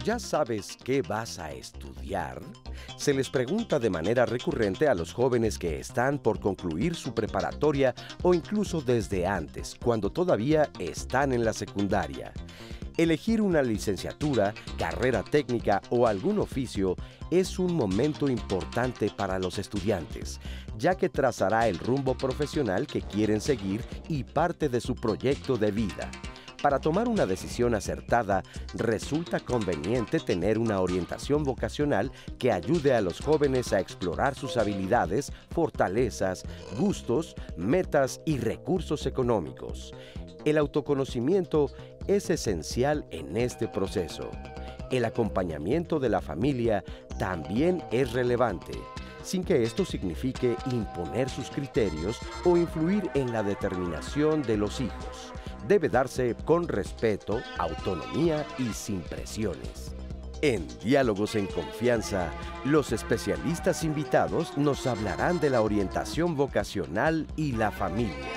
¿ya sabes qué vas a estudiar? Se les pregunta de manera recurrente a los jóvenes que están por concluir su preparatoria o incluso desde antes, cuando todavía están en la secundaria. Elegir una licenciatura, carrera técnica o algún oficio es un momento importante para los estudiantes, ya que trazará el rumbo profesional que quieren seguir y parte de su proyecto de vida. Para tomar una decisión acertada, resulta conveniente tener una orientación vocacional que ayude a los jóvenes a explorar sus habilidades, fortalezas, gustos, metas y recursos económicos. El autoconocimiento es esencial en este proceso. El acompañamiento de la familia también es relevante, sin que esto signifique imponer sus criterios o influir en la determinación de los hijos. Debe darse con respeto, autonomía y sin presiones. En Diálogos en Confianza, los especialistas invitados nos hablarán de la orientación vocacional y la familia.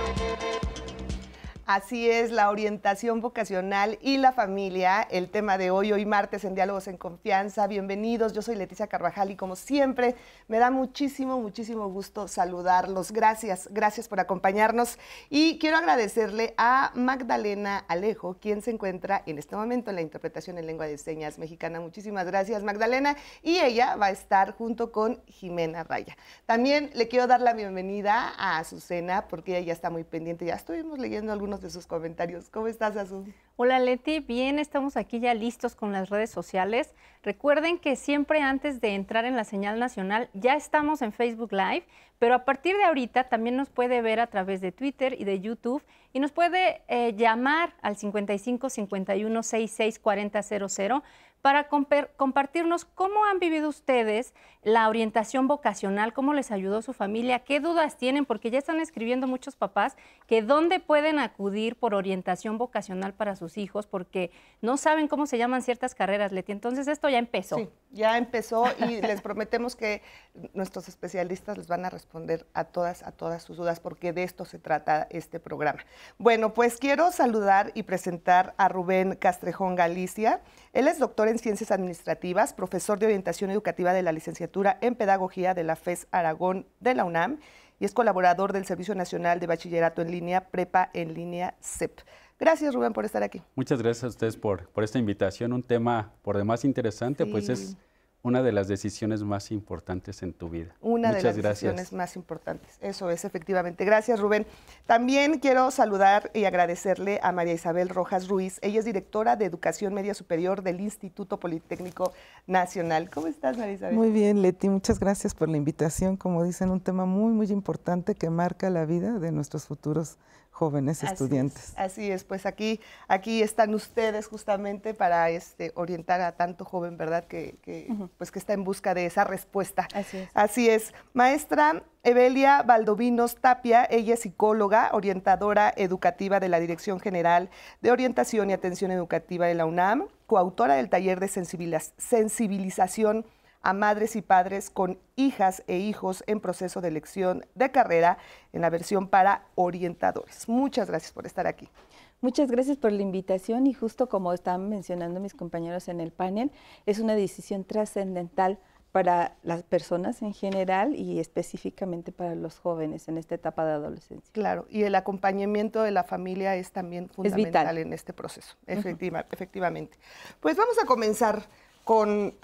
Así es, la orientación vocacional y la familia, el tema de hoy martes en Diálogos en Confianza. Bienvenidos, yo soy Leticia Carvajal y como siempre me da muchísimo gusto saludarlos. Gracias por acompañarnos y quiero agradecerle a Magdalena Alejo, quien se encuentra en este momento en la interpretación en lengua de señas mexicana. Muchísimas gracias, Magdalena, y ella va a estar junto con Jimena Raya. También le quiero dar la bienvenida a Azucena porque ella ya está muy pendiente, ya estuvimos leyendo algunos de sus comentarios. ¿Cómo estás, Azu? Hola, Leti. Bien, estamos aquí ya listos con las redes sociales. Recuerden que siempre antes de entrar en la señal nacional ya estamos en Facebook Live, pero a partir de ahorita también nos puede ver a través de Twitter y de YouTube y nos puede llamar al 55 51 66 40 00 para compartirnos cómo han vivido ustedes la orientación vocacional, cómo les ayudó su familia, qué dudas tienen, porque ya están escribiendo muchos papás que dónde pueden acudir por orientación vocacional para sus hijos, porque no saben cómo se llaman ciertas carreras, Leti. Entonces esto ya empezó. Sí, ya empezó y les prometemos que nuestros especialistas les van a responder a todas sus dudas, porque de esto se trata este programa. Bueno, pues quiero saludar y presentar a Rubén Castrejón Galicia. Él es doctor en Ciencias Administrativas, profesor de Orientación Educativa de la Licenciatura en Pedagogía de la FES Aragón de la UNAM y es colaborador del Servicio Nacional de Bachillerato en Línea, Prepa en Línea, CEP. Gracias, Rubén, por estar aquí. Muchas gracias a ustedes por esta invitación. Un tema por demás interesante, sí. Pues es una de las decisiones más importantes en tu vida. Una de las decisiones más importantes, eso es, efectivamente. Gracias, Rubén. También quiero saludar y agradecerle a María Isabel Rojas Ruiz. Ella es directora de Educación Media Superior del Instituto Politécnico Nacional. ¿Cómo estás, María Isabel? Muy bien, Leti, muchas gracias por la invitación. Como dicen, un tema muy importante que marca la vida de nuestros futuros jóvenes estudiantes. Así es, pues aquí están ustedes justamente para orientar a tanto joven, ¿verdad? Pues que está en busca de esa respuesta. Así es. Maestra Evelia Valdovinos Tapia, ella es psicóloga, orientadora educativa de la Dirección General de Orientación y Atención Educativa de la UNAM, coautora del taller de sensibilización a madres y padres con hijas e hijos en proceso de elección de carrera en la versión para orientadores. Muchas gracias por estar aquí. Muchas gracias por la invitación y justo como están mencionando mis compañeros en el panel, es una decisión trascendental para las personas en general y específicamente para los jóvenes en esta etapa de adolescencia. Claro, y el acompañamiento de la familia es también fundamental en este proceso, efectivamente. Pues vamos a comenzar con,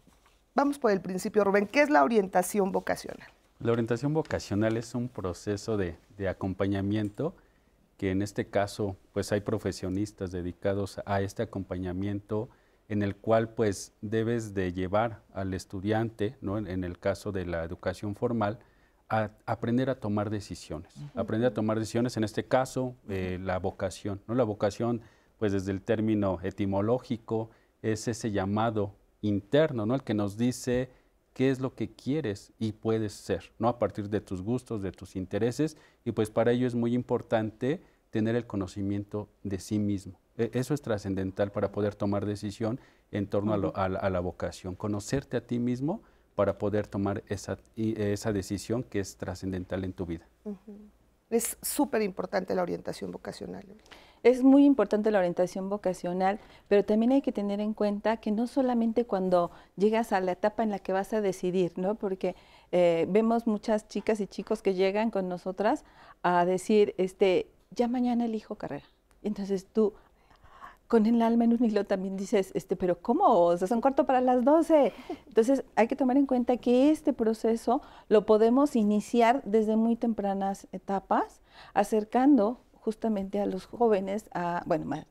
vamos por el principio, Rubén. ¿Qué es la orientación vocacional? La orientación vocacional es un proceso de acompañamiento que en este caso pues hay profesionistas dedicados a este acompañamiento en el cual pues debes de llevar al estudiante, ¿no? En el caso de la educación formal, a aprender a tomar decisiones. Aprender a tomar decisiones, en este caso, la vocación, ¿no? La vocación, pues desde el término etimológico, es ese llamado interno, ¿no? El que nos dice qué es lo que quieres y puedes ser, ¿no? A partir de tus gustos, de tus intereses, y pues para ello es muy importante tener el conocimiento de sí mismo. Eso es trascendental para poder tomar decisión en torno a la vocación, conocerte a ti mismo para poder tomar esa decisión que es trascendental en tu vida. Es súper importante la orientación vocacional. Es muy importante la orientación vocacional, pero también hay que tener en cuenta que no solamente cuando llegas a la etapa en la que vas a decidir, ¿no? Porque vemos muchas chicas y chicos que llegan con nosotras a decir, ya mañana elijo carrera. Entonces tú, con el alma en un hilo, también dices, pero ¿cómo? O sea, son 11:45. Entonces hay que tomar en cuenta que este proceso lo podemos iniciar desde muy tempranas etapas, acercando justamente a los jóvenes, a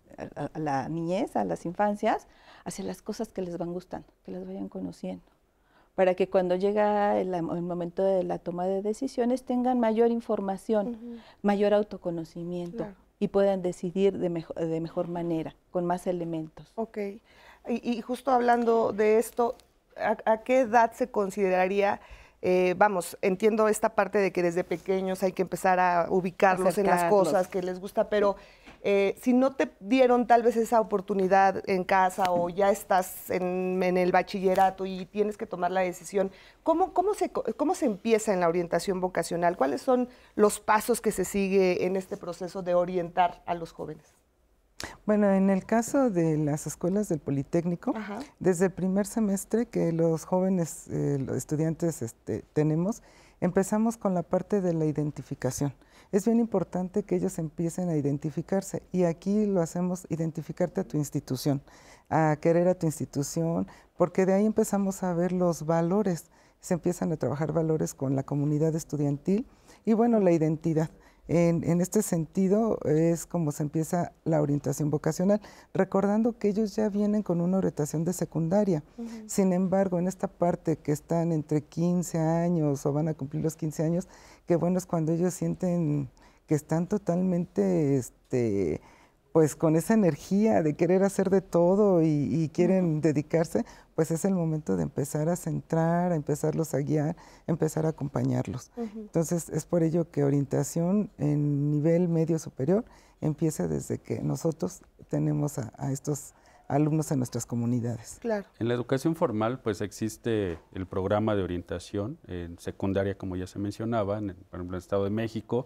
la niñez, a las infancias, hacia las cosas que les van gustando, que las vayan conociendo, para que cuando llega el momento de la toma de decisiones tengan mayor información, mayor autoconocimiento, claro, y puedan decidir de mejor manera, con más elementos. Ok. Y justo hablando de esto, ¿a qué edad se consideraría? Entiendo esta parte de que desde pequeños hay que empezar a ubicarlos en las cosas que les gusta, pero si no te dieron tal vez esa oportunidad en casa o ya estás en el bachillerato y tienes que tomar la decisión, ¿cómo se empieza en la orientación vocacional? ¿Cuáles son los pasos que se sigue en este proceso de orientar a los jóvenes? Bueno, en el caso de las escuelas del Politécnico, ajá, desde el primer semestre que los jóvenes, los estudiantes tenemos, empezamos con la parte de la identificación. Es bien importante que ellos empiecen a identificarse y aquí lo hacemos identificarte a tu institución, a querer a tu institución, porque de ahí empezamos a ver los valores, se empiezan a trabajar valores con la comunidad estudiantil y bueno, la identidad. En este sentido es como se empieza la orientación vocacional, recordando que ellos ya vienen con una orientación de secundaria. Sin embargo, en esta parte que están entre 15 años o van a cumplir los 15 años, que bueno es cuando ellos sienten que están totalmente pues con esa energía de querer hacer de todo y quieren dedicarse, pues es el momento de empezar a centrar, a empezarlos a guiar, empezar a acompañarlos. Entonces, es por ello que orientación en nivel medio superior empieza desde que nosotros tenemos a estos alumnos en nuestras comunidades. Claro. En la educación formal, pues existe el programa de orientación en secundaria, como ya se mencionaba, por ejemplo, en el Estado de México,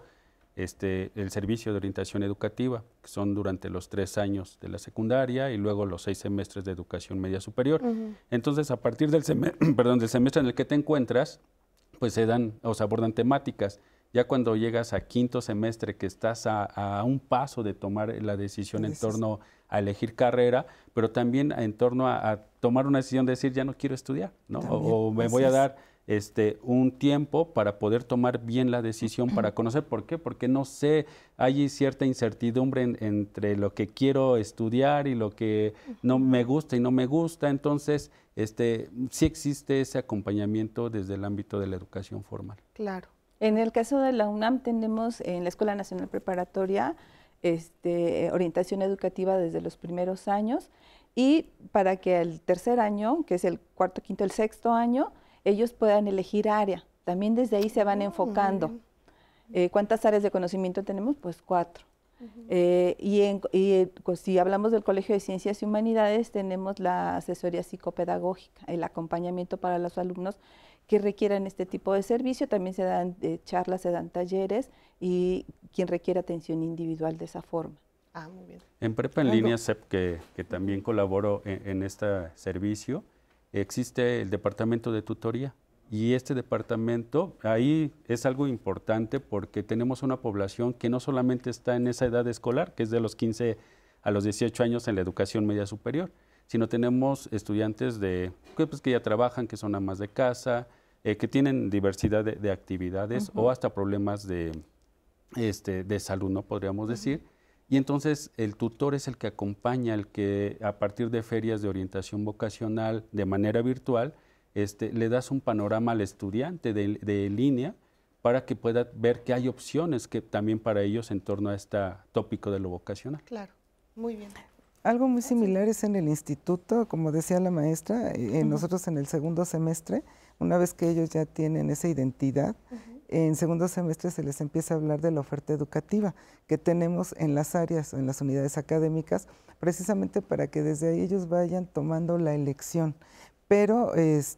el servicio de orientación educativa, que son durante los 3 años de la secundaria y luego los 6 semestres de educación media superior. Entonces, a partir del semestre en el que te encuentras, pues se abordan temáticas. Ya cuando llegas a 5º semestre, que estás a un paso de tomar la decisión en torno a elegir carrera, pero también en torno a tomar una decisión de decir, ya no quiero estudiar, ¿no? O me voy a dar un tiempo para poder tomar bien la decisión, para conocer. ¿Por qué? Porque no sé, hay cierta incertidumbre entre lo que quiero estudiar y lo que no me gusta y no me gusta. Entonces, sí existe ese acompañamiento desde el ámbito de la educación formal. Claro. En el caso de la UNAM tenemos en la Escuela Nacional Preparatoria orientación educativa desde los primeros años y para que el tercer año, que es el cuarto, quinto, el sexto año, ellos puedan elegir área. También desde ahí se van enfocando. ¿Cuántas áreas de conocimiento tenemos? Pues 4. Pues, si hablamos del Colegio de Ciencias y Humanidades, tenemos la asesoría psicopedagógica, el acompañamiento para los alumnos que requieran este tipo de servicio. También se dan charlas, se dan talleres y quien requiera atención individual de esa forma. Ah, muy bien. En Prepa en Línea, CEP, que también colaboro en este servicio, existe el departamento de tutoría y este departamento ahí es algo importante porque tenemos una población que no solamente está en esa edad escolar, que es de los 15 a los 18 años en la educación media superior, sino tenemos estudiantes que ya trabajan, que son amas de casa, que tienen diversidad de actividades o hasta problemas de salud, ¿no? Podríamos decir. Y entonces el tutor es el que acompaña, el que a partir de ferias de orientación vocacional de manera virtual, le das un panorama al estudiante de línea para que pueda ver que hay opciones que también para ellos en torno a este tópico de lo vocacional. Claro, muy bien. Algo muy similar es en el instituto, como decía la maestra, nosotros en el segundo semestre, una vez que ellos ya tienen esa identidad, en segundo semestre se les empieza a hablar de la oferta educativa que tenemos en las áreas, en las unidades académicas, precisamente para que desde ahí ellos vayan tomando la elección. pero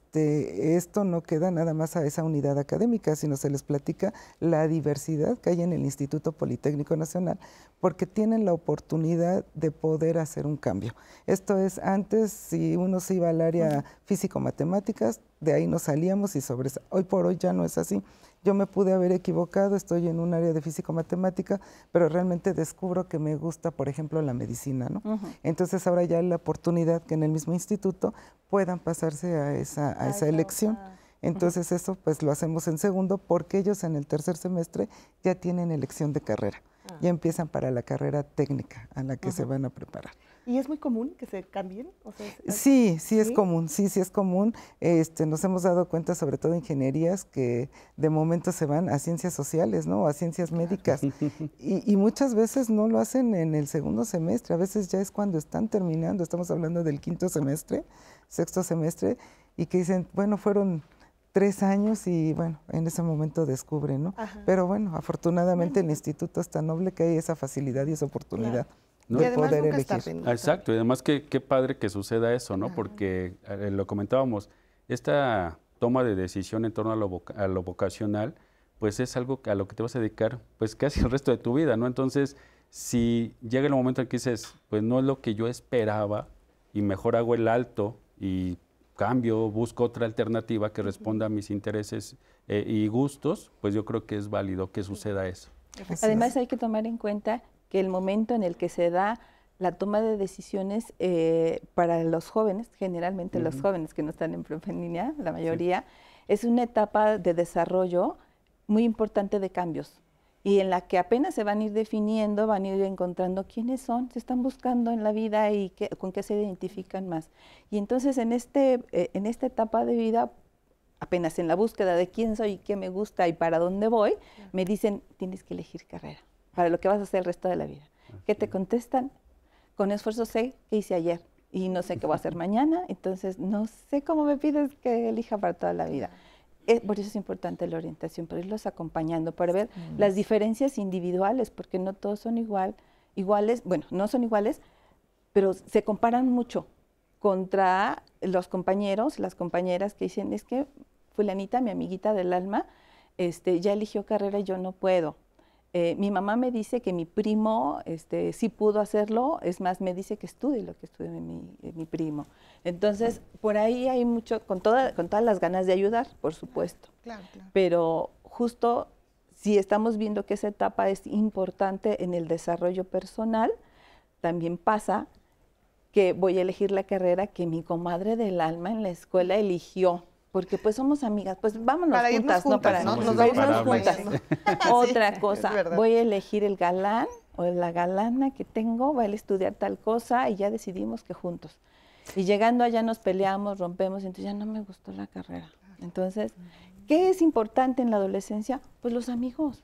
esto no queda nada más a esa unidad académica, sino se les platica la diversidad que hay en el Instituto Politécnico Nacional, porque tienen la oportunidad de poder hacer un cambio. Esto es, antes si uno se iba al área físico-matemáticas, de ahí nos salíamos y hoy por hoy ya no es así. Yo me pude haber equivocado, estoy en un área de físico-matemática, pero realmente descubro que me gusta, por ejemplo, la medicina, ¿no? Entonces ahora ya hay la oportunidad que en el mismo instituto puedan pasarse a esa elección. Entonces eso pues lo hacemos en segundo, porque ellos en el tercer semestre ya tienen elección de carrera, ya empiezan para la carrera técnica a la que se van a preparar. ¿Y es muy común que se cambien? O sea, sí es común, sí es común. Nos hemos dado cuenta, sobre todo ingenierías, que de momento se van a ciencias sociales, ¿no? A ciencias médicas. Y muchas veces no lo hacen en el segundo semestre, a veces ya es cuando están terminando, estamos hablando del quinto semestre, sexto semestre, y que dicen, bueno, fueron 3 años y bueno, en ese momento descubren, ¿no? Pero bueno, afortunadamente el instituto es tan noble que hay esa facilidad y esa oportunidad. ¿No? De poder elegir. Exacto, y además qué padre que suceda eso, ¿no? Porque lo comentábamos, esta toma de decisión en torno a lo vocacional, pues es algo a lo que te vas a dedicar pues casi el resto de tu vida, ¿no? Entonces, si llega el momento en que dices, pues no es lo que yo esperaba y mejor hago el alto y cambio, busco otra alternativa que responda a mis intereses y gustos, pues yo creo que es válido que suceda eso. Además hay que tomar en cuenta que el momento en el que se da la toma de decisiones para los jóvenes, generalmente los jóvenes que no están en profe en línea, la mayoría, es una etapa de desarrollo muy importante de cambios y en la que apenas se van a ir definiendo, van a ir encontrando quiénes son, se están buscando en la vida y con qué se identifican más. Y entonces en esta etapa de vida, apenas en la búsqueda de quién soy y qué me gusta y para dónde voy, me dicen, tienes que elegir carrera para lo que vas a hacer el resto de la vida. ¿Qué te contestan? Con esfuerzo sé qué hice ayer y no sé qué voy a hacer mañana, entonces no sé cómo me pides que elija para toda la vida. Por eso es importante la orientación, para irlos acompañando, para ver las diferencias individuales, porque no todos son iguales, bueno, no son iguales, pero se comparan mucho contra los compañeros, las compañeras que dicen, es que fulanita, mi amiguita del alma, ya eligió carrera y yo no puedo. Mi mamá me dice que mi primo sí pudo hacerlo, es más, me dice que estudie lo que estudia mi primo. Entonces, por ahí hay mucho, con todas las ganas de ayudar, por supuesto. Claro. Pero justo si estamos viendo que esa etapa es importante en el desarrollo personal, también pasa que voy a elegir la carrera que mi comadre del alma en la escuela eligió. Porque pues somos amigas, pues vámonos para juntas, ¿no? Para irnos juntas. Otra cosa, voy a elegir el galán o la galana que tengo, va a estudiar tal cosa y ya decidimos que juntos. Y llegando allá nos peleamos, rompemos, entonces ya no me gustó la carrera. Entonces, ¿qué es importante en la adolescencia? Pues los amigos.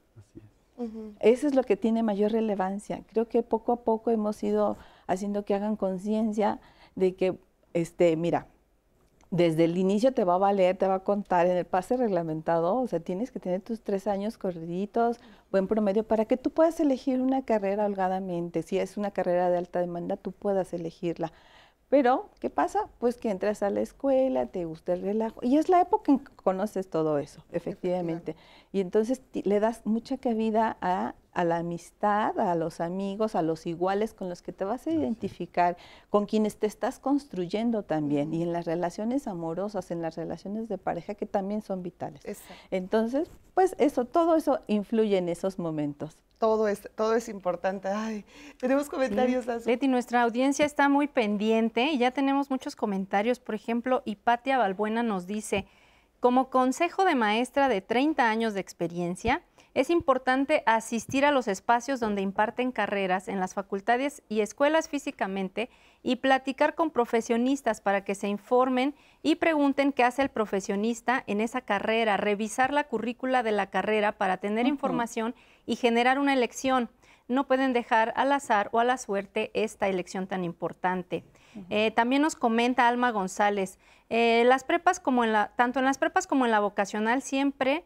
Eso es lo que tiene mayor relevancia. Creo que poco a poco hemos ido haciendo que hagan conciencia de que, mira, desde el inicio te va a valer, te va a contar en el pase reglamentado, o sea, tienes que tener tus 3 años corriditos, buen promedio, para que tú puedas elegir una carrera holgadamente. Si es una carrera de alta demanda, tú puedas elegirla. Pero, ¿qué pasa? Pues que entras a la escuela, te gusta el relajo, y es la época en que conoces todo eso, efectivamente. Y entonces le das mucha cabida a la amistad, a los amigos, a los iguales con los que te vas a identificar, con quienes te estás construyendo también, y en las relaciones amorosas, en las relaciones de pareja, que también son vitales. Exacto. Entonces, pues todo eso influye en esos momentos. Todo es importante. Ay, tenemos comentarios. Sí. Leti, nuestra audiencia está muy pendiente y ya tenemos muchos comentarios. Por ejemplo, Hipatia Balbuena nos dice, como consejo de maestra de 30 años de experiencia, es importante asistir a los espacios donde imparten carreras en las facultades y escuelas físicamente y platicar con profesionistas para que se informen y pregunten qué hace el profesionista en esa carrera, revisar la currícula de la carrera para tener información y generar una elección. No pueden dejar al azar o a la suerte esta elección tan importante. También nos comenta Alma González, las prepas tanto en las prepas como en la vocacional siempre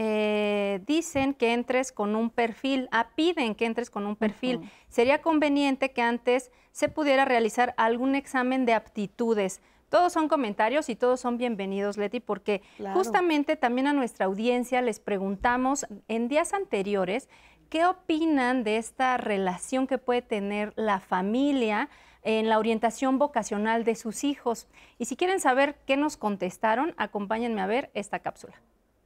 dicen que entres con un perfil, piden que entres con un perfil. Sería conveniente que antes se pudiera realizar algún examen de aptitudes Todos son comentarios y todos son bienvenidos, Leti, porque justamente también a nuestra audiencia les preguntamos en días anteriores qué opinan de esta relación que puede tener la familia en la orientación vocacional de sus hijos. Y si quieren saber qué nos contestaron, acompáñenme a ver esta cápsula.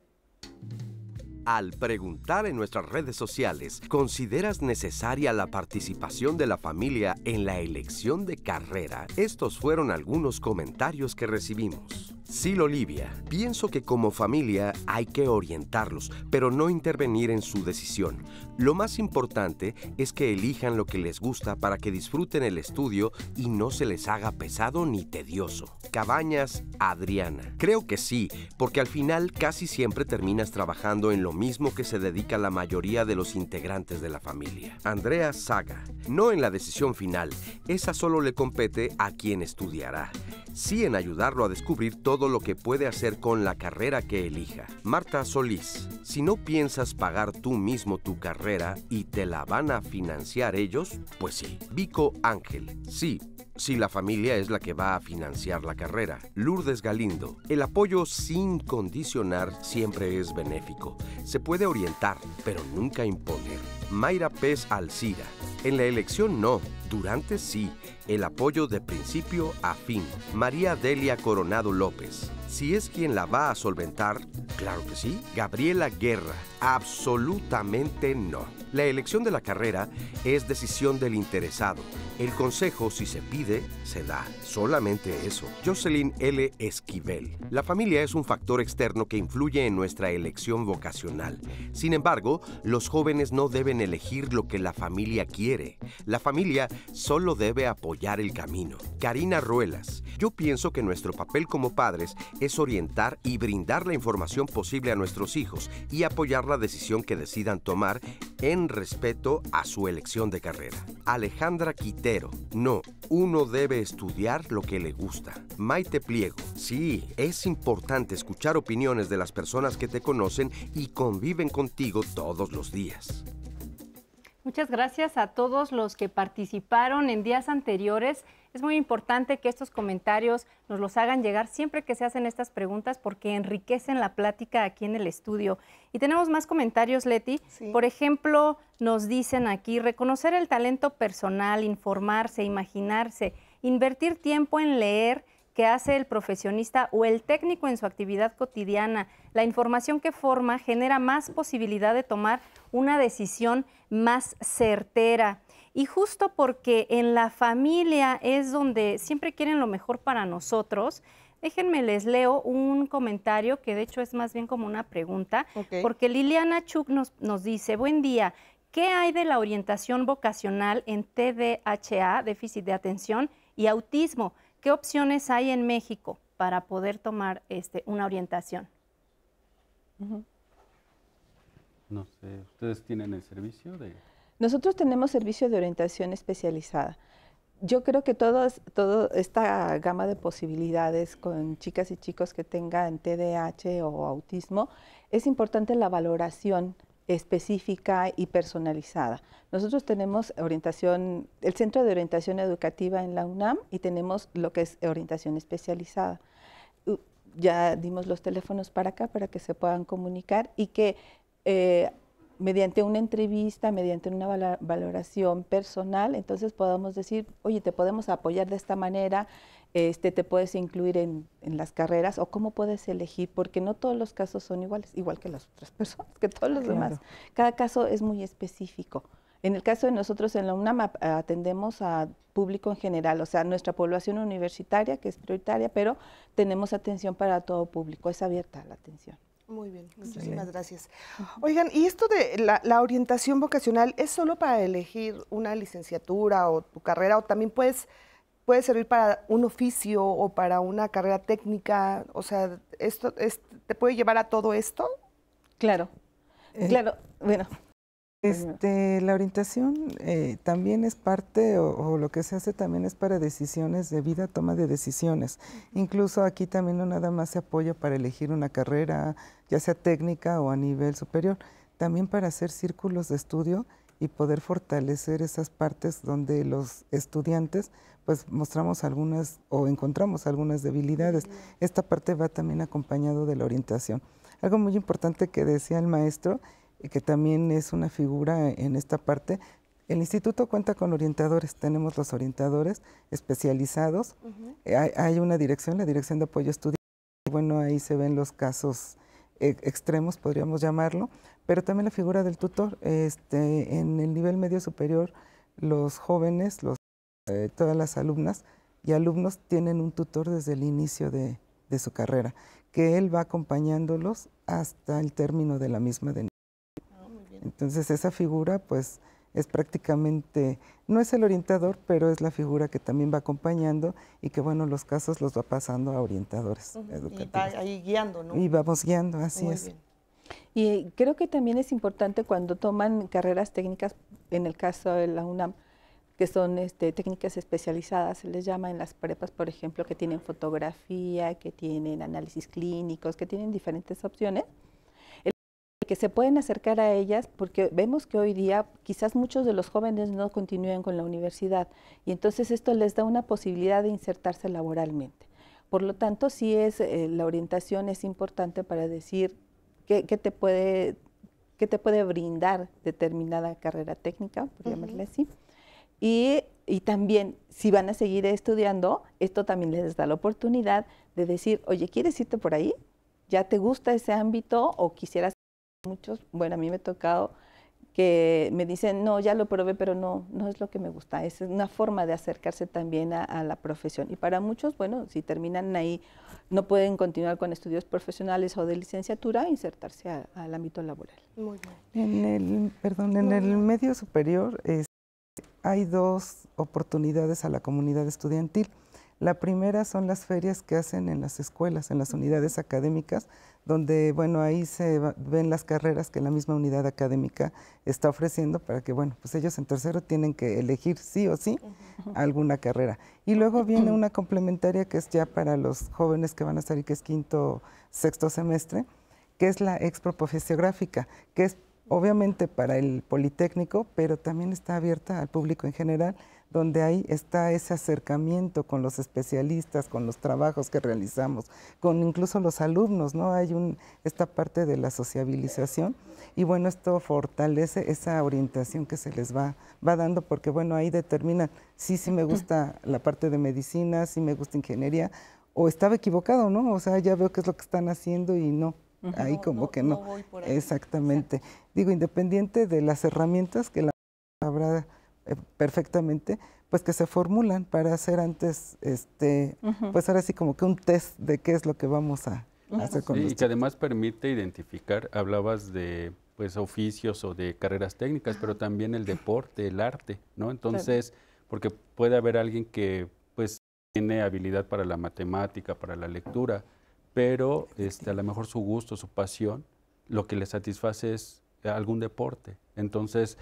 Al preguntar en nuestras redes sociales, ¿consideras necesaria la participación de la familia en la elección de carrera? Estos fueron algunos comentarios que recibimos. Sil Olivia, pienso que como familia hay que orientarlos, pero no intervenir en su decisión. Lo más importante es que elijan lo que les gusta para que disfruten el estudio y no se les haga pesado ni tedioso. Cabañas Adriana, creo que sí, porque al final casi siempre terminas trabajando en lo mismo que se dedica la mayoría de los integrantes de la familia. Andrea Saga, no en la decisión final, esa solo le compete a quien estudiará. Sí en ayudarlo a descubrir todo lo que puede hacer con la carrera que elija. Marta Solís, si no piensas pagar tú mismo tu carrera y te la van a financiar ellos, pues sí. Vico Ángel, sí. Si la familia es la que va a financiar la carrera. Lourdes Galindo, el apoyo sin condicionar siempre es benéfico. Se puede orientar, pero nunca imponer. Mayra Pez Alcira, en la elección no, durante sí. El apoyo de principio a fin. María Delia Coronado López, si es quien la va a solventar, claro que sí. Gabriela Guerra, absolutamente no. La elección de la carrera es decisión del interesado. El consejo, si se pide, se da. Solamente eso. Jocelyn L. Esquivel. La familia es un factor externo que influye en nuestra elección vocacional. Sin embargo, los jóvenes no deben elegir lo que la familia quiere. La familia solo debe apoyar el camino. Karina Ruelas. Yo pienso que nuestro papel como padres es orientar y brindar la información posible a nuestros hijos y apoyar la decisión que decidan tomar en respeto a su elección de carrera. Alejandra Quitero. No, uno debe estudiar lo que le gusta. Maite Pliego. Sí, es importante escuchar opiniones de las personas que te conocen y conviven contigo todos los días. Muchas gracias a todos los que participaron en días anteriores. Es muy importante que estos comentarios nos los hagan llegar siempre que se hacen estas preguntas porque enriquecen la plática aquí en el estudio. Y tenemos más comentarios, Leti. Sí. Por ejemplo, nos dicen aquí, reconocer el talento personal, informarse, imaginarse, invertir tiempo en leer que hace el profesionista o el técnico en su actividad cotidiana. La información que forma genera más posibilidad de tomar una decisión más certera. Y justo porque en la familia es donde siempre quieren lo mejor para nosotros, déjenme les leo un comentario que de hecho es más bien como una pregunta, porque Liliana Chuk nos dice, buen día, ¿qué hay de la orientación vocacional en TDAH, déficit de atención y autismo? ¿Qué opciones hay en México para poder tomar una orientación? No sé, ¿ustedes tienen el servicio de...? Nosotros tenemos servicio de orientación especializada. Yo creo que toda esta gama de posibilidades con chicas y chicos que tengan TDAH o autismo, es importante la valoración específica y personalizada. Nosotros tenemos orientación, el Centro de Orientación Educativa en la UNAM y tenemos lo que es orientación especializada. Ya dimos los teléfonos para acá para que se puedan comunicar y que mediante una entrevista, mediante una valoración personal, entonces podamos decir, oye, te podemos apoyar de esta manera, te puedes incluir en las carreras o cómo puedes elegir, porque no todos los casos son iguales, igual que las otras personas, que todos los demás. Cada caso es muy específico. En el caso de nosotros en la UNAM atendemos a público en general, o sea, nuestra población universitaria, que es prioritaria, pero tenemos atención para todo público, es abierta la atención. Muy bien, muchísimas gracias. Oigan, ¿y esto de la orientación vocacional es solo para elegir una licenciatura o tu carrera o también puede servir para un oficio o para una carrera técnica? O sea, ¿esto te puede llevar a todo esto? Claro, claro, bueno. La orientación también es parte, o lo que se hace también es para decisiones de vida, toma de decisiones. Incluso aquí también no nada más se apoya para elegir una carrera, ya sea técnica o a nivel superior, también para hacer círculos de estudio y poder fortalecer esas partes donde los estudiantes pues mostramos algunas o encontramos algunas debilidades. Esta parte va también acompañado de la orientación. Algo muy importante que decía el maestro, que también es una figura en esta parte, el instituto cuenta con orientadores, tenemos los orientadores especializados, hay una dirección, la Dirección de Apoyo Estudiantil, bueno, ahí se ven los casos extremos, podríamos llamarlo, pero también la figura del tutor. En el nivel medio superior, los jóvenes, todas las alumnas y alumnos tienen un tutor desde el inicio de su carrera, que él va acompañándolos hasta el término de la misma. Entonces esa figura pues es prácticamente, no es el orientador, pero es la figura que también va acompañando y que bueno, los casos los va pasando a orientadores educativos. Y va ahí guiando, ¿no? Y vamos guiando, así Muy es. bien. Y creo que también es importante cuando toman carreras técnicas, en el caso de la UNAM, que son técnicas especializadas, se les llama en las prepas, por ejemplo, que tienen fotografía, que tienen análisis clínicos, que tienen diferentes opciones, que se pueden acercar a ellas, porque vemos que hoy día quizás muchos de los jóvenes no continúen con la universidad, y entonces esto les da una posibilidad de insertarse laboralmente. Por lo tanto, sí la orientación es importante para decir qué te puede brindar determinada carrera técnica, por llamarle así. Y también, si van a seguir estudiando, esto también les da la oportunidad de decir, oye, ¿quieres irte por ahí? ¿Ya te gusta ese ámbito o quisieras? Muchos, bueno, a mí me ha tocado que me dicen, no, ya lo probé, pero no es lo que me gusta. Es una forma de acercarse también a la profesión. Y para muchos, bueno, si terminan ahí, no pueden continuar con estudios profesionales o de licenciatura, insertarse al ámbito laboral. Muy bien. En el medio superior hay dos oportunidades a la comunidad estudiantil. La primera son las ferias que hacen en las escuelas, en las unidades académicas, donde, bueno, ahí se ven las carreras que la misma unidad académica está ofreciendo para que, bueno, pues ellos en tercero tienen que elegir sí o sí alguna carrera. Y luego viene una complementaria que es ya para los jóvenes que van a salir, que es quinto, sexto semestre, que es la Expo Profesiográfica, que es obviamente para el Politécnico, pero también está abierta al público en general, donde ahí está ese acercamiento con los especialistas, con los trabajos que realizamos, con incluso los alumnos, ¿no? Hay esta parte de la sociabilización y bueno, esto fortalece esa orientación que se les va dando, porque bueno, ahí determinan sí me gusta la parte de medicina, sí me gusta ingeniería, o estaba equivocado, ¿no? O sea, ya veo qué es lo que están haciendo y no. Ahí como que no. Voy por ahí. Exactamente. Digo, independiente de las herramientas que la habrá perfectamente, pues que se formulan para hacer antes, pues ahora sí como que un test de qué es lo que vamos a hacer con y que además permite identificar, hablabas de pues oficios o de carreras técnicas, pero también el deporte, el arte, ¿no? Entonces, porque puede haber alguien que pues tiene habilidad para la matemática, para la lectura, pero a lo mejor su gusto, su pasión, lo que le satisface es algún deporte. Entonces,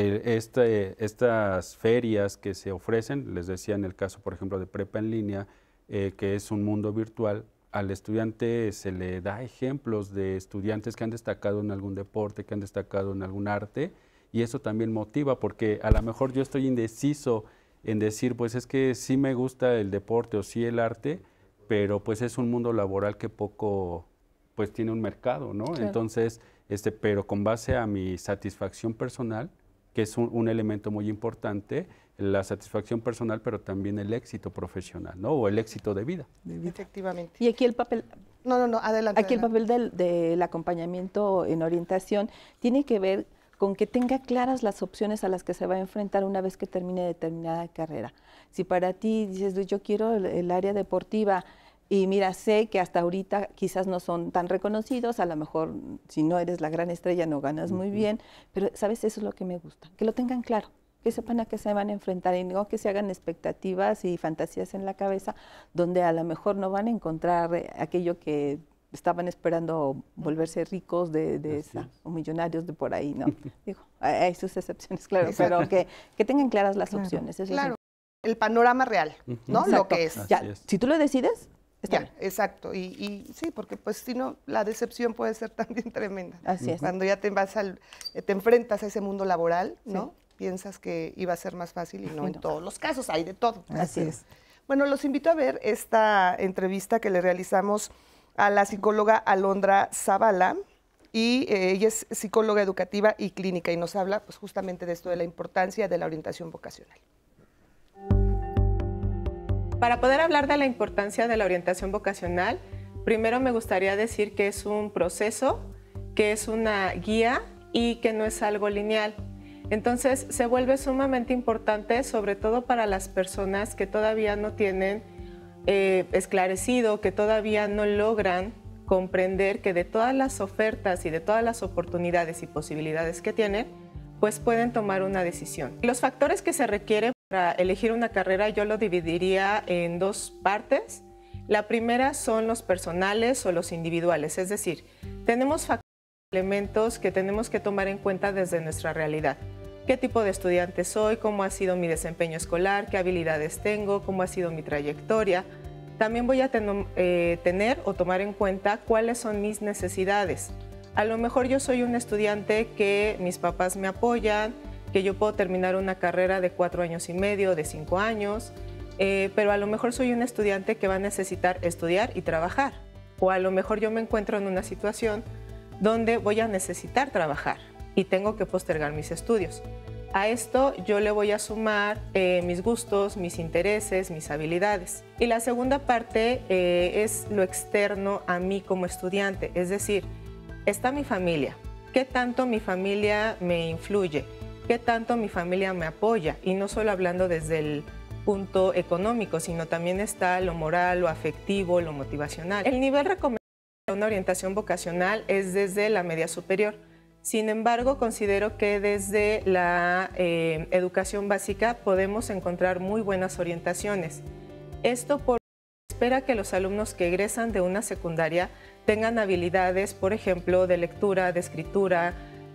estas ferias que se ofrecen, les decía en el caso, por ejemplo, de Prepa en Línea, que es un mundo virtual, al estudiante se le da ejemplos de estudiantes que han destacado en algún deporte, que han destacado en algún arte, y eso también motiva, porque a lo mejor yo estoy indeciso en decir, pues es que sí me gusta el deporte o sí el arte, pero pues es un mundo laboral que poco, pues tiene un mercado, ¿no? Claro. Entonces, pero con base a mi satisfacción personal, que es un elemento muy importante, la satisfacción personal, pero también el éxito profesional, ¿no? O el éxito de vida. Efectivamente. Y aquí el papel... No, adelante. Aquí adelante. el papel del acompañamiento en orientación tiene que ver con que tenga claras las opciones a las que se va a enfrentar una vez que termine determinada carrera. Si para ti dices, yo quiero el área deportiva, y mira, sé que hasta ahorita quizás no son tan reconocidos, a lo mejor si no eres la gran estrella no ganas muy bien, pero sabes, eso es lo que me gusta, que lo tengan claro, que sepan a qué se van a enfrentar y no que se hagan expectativas y fantasías en la cabeza donde a lo mejor no van a encontrar aquello que estaban esperando volverse ricos de esa, o millonarios de por ahí, ¿no? Digo, hay sus excepciones, claro, pero que tengan claras las opciones. Eso claro, el panorama real, ¿no? Exacto. Lo que es. Ya, si tú lo decides, está bien. Exacto, y sí, porque pues si no, la decepción puede ser también tremenda. Así es. Cuando ya te enfrentas a ese mundo laboral, ¿no? Sí. Piensas que iba a ser más fácil y no, en todos los casos, hay de todo. Así es. Bueno, los invito a ver esta entrevista que le realizamos a la psicóloga Alondra Zavala, y ella es psicóloga educativa y clínica y nos habla pues, justamente de esto, de la importancia de la orientación vocacional. Para poder hablar de la importancia de la orientación vocacional, primero me gustaría decir que es un proceso, que es una guía y que no es algo lineal. Entonces se vuelve sumamente importante, sobre todo para las personas que todavía no tienen esclarecido, que todavía no logran comprender que de todas las ofertas y de todas las oportunidades y posibilidades que tienen, pues pueden tomar una decisión. Los factores que se requieren para elegir una carrera yo lo dividiría en dos partes. La primera son los personales o los individuales, es decir, tenemos factores, elementos que tenemos que tomar en cuenta desde nuestra realidad. ¿Qué tipo de estudiante soy? ¿Cómo ha sido mi desempeño escolar? ¿Qué habilidades tengo? ¿Cómo ha sido mi trayectoria? También voy a tener o tomar en cuenta cuáles son mis necesidades. A lo mejor yo soy un estudiante que mis papás me apoyan, que yo puedo terminar una carrera de 4 años y medio, de 5 años, pero a lo mejor soy un estudiante que va a necesitar estudiar y trabajar. O a lo mejor yo me encuentro en una situación donde voy a necesitar trabajar y tengo que postergar mis estudios. A esto yo le voy a sumar mis gustos, mis intereses, mis habilidades. Y la segunda parte es lo externo a mí como estudiante, es decir, está mi familia. ¿Qué tanto mi familia me influye? ¿Qué tanto mi familia me apoya? Y no solo hablando desde el punto económico, sino también está lo moral, lo afectivo, lo motivacional. El nivel recomendado de una orientación vocacional es desde la media superior. Sin embargo, considero que desde la educación básica podemos encontrar muy buenas orientaciones. Esto porque espera que los alumnos que egresan de una secundaria tengan habilidades, por ejemplo, de lectura, de escritura,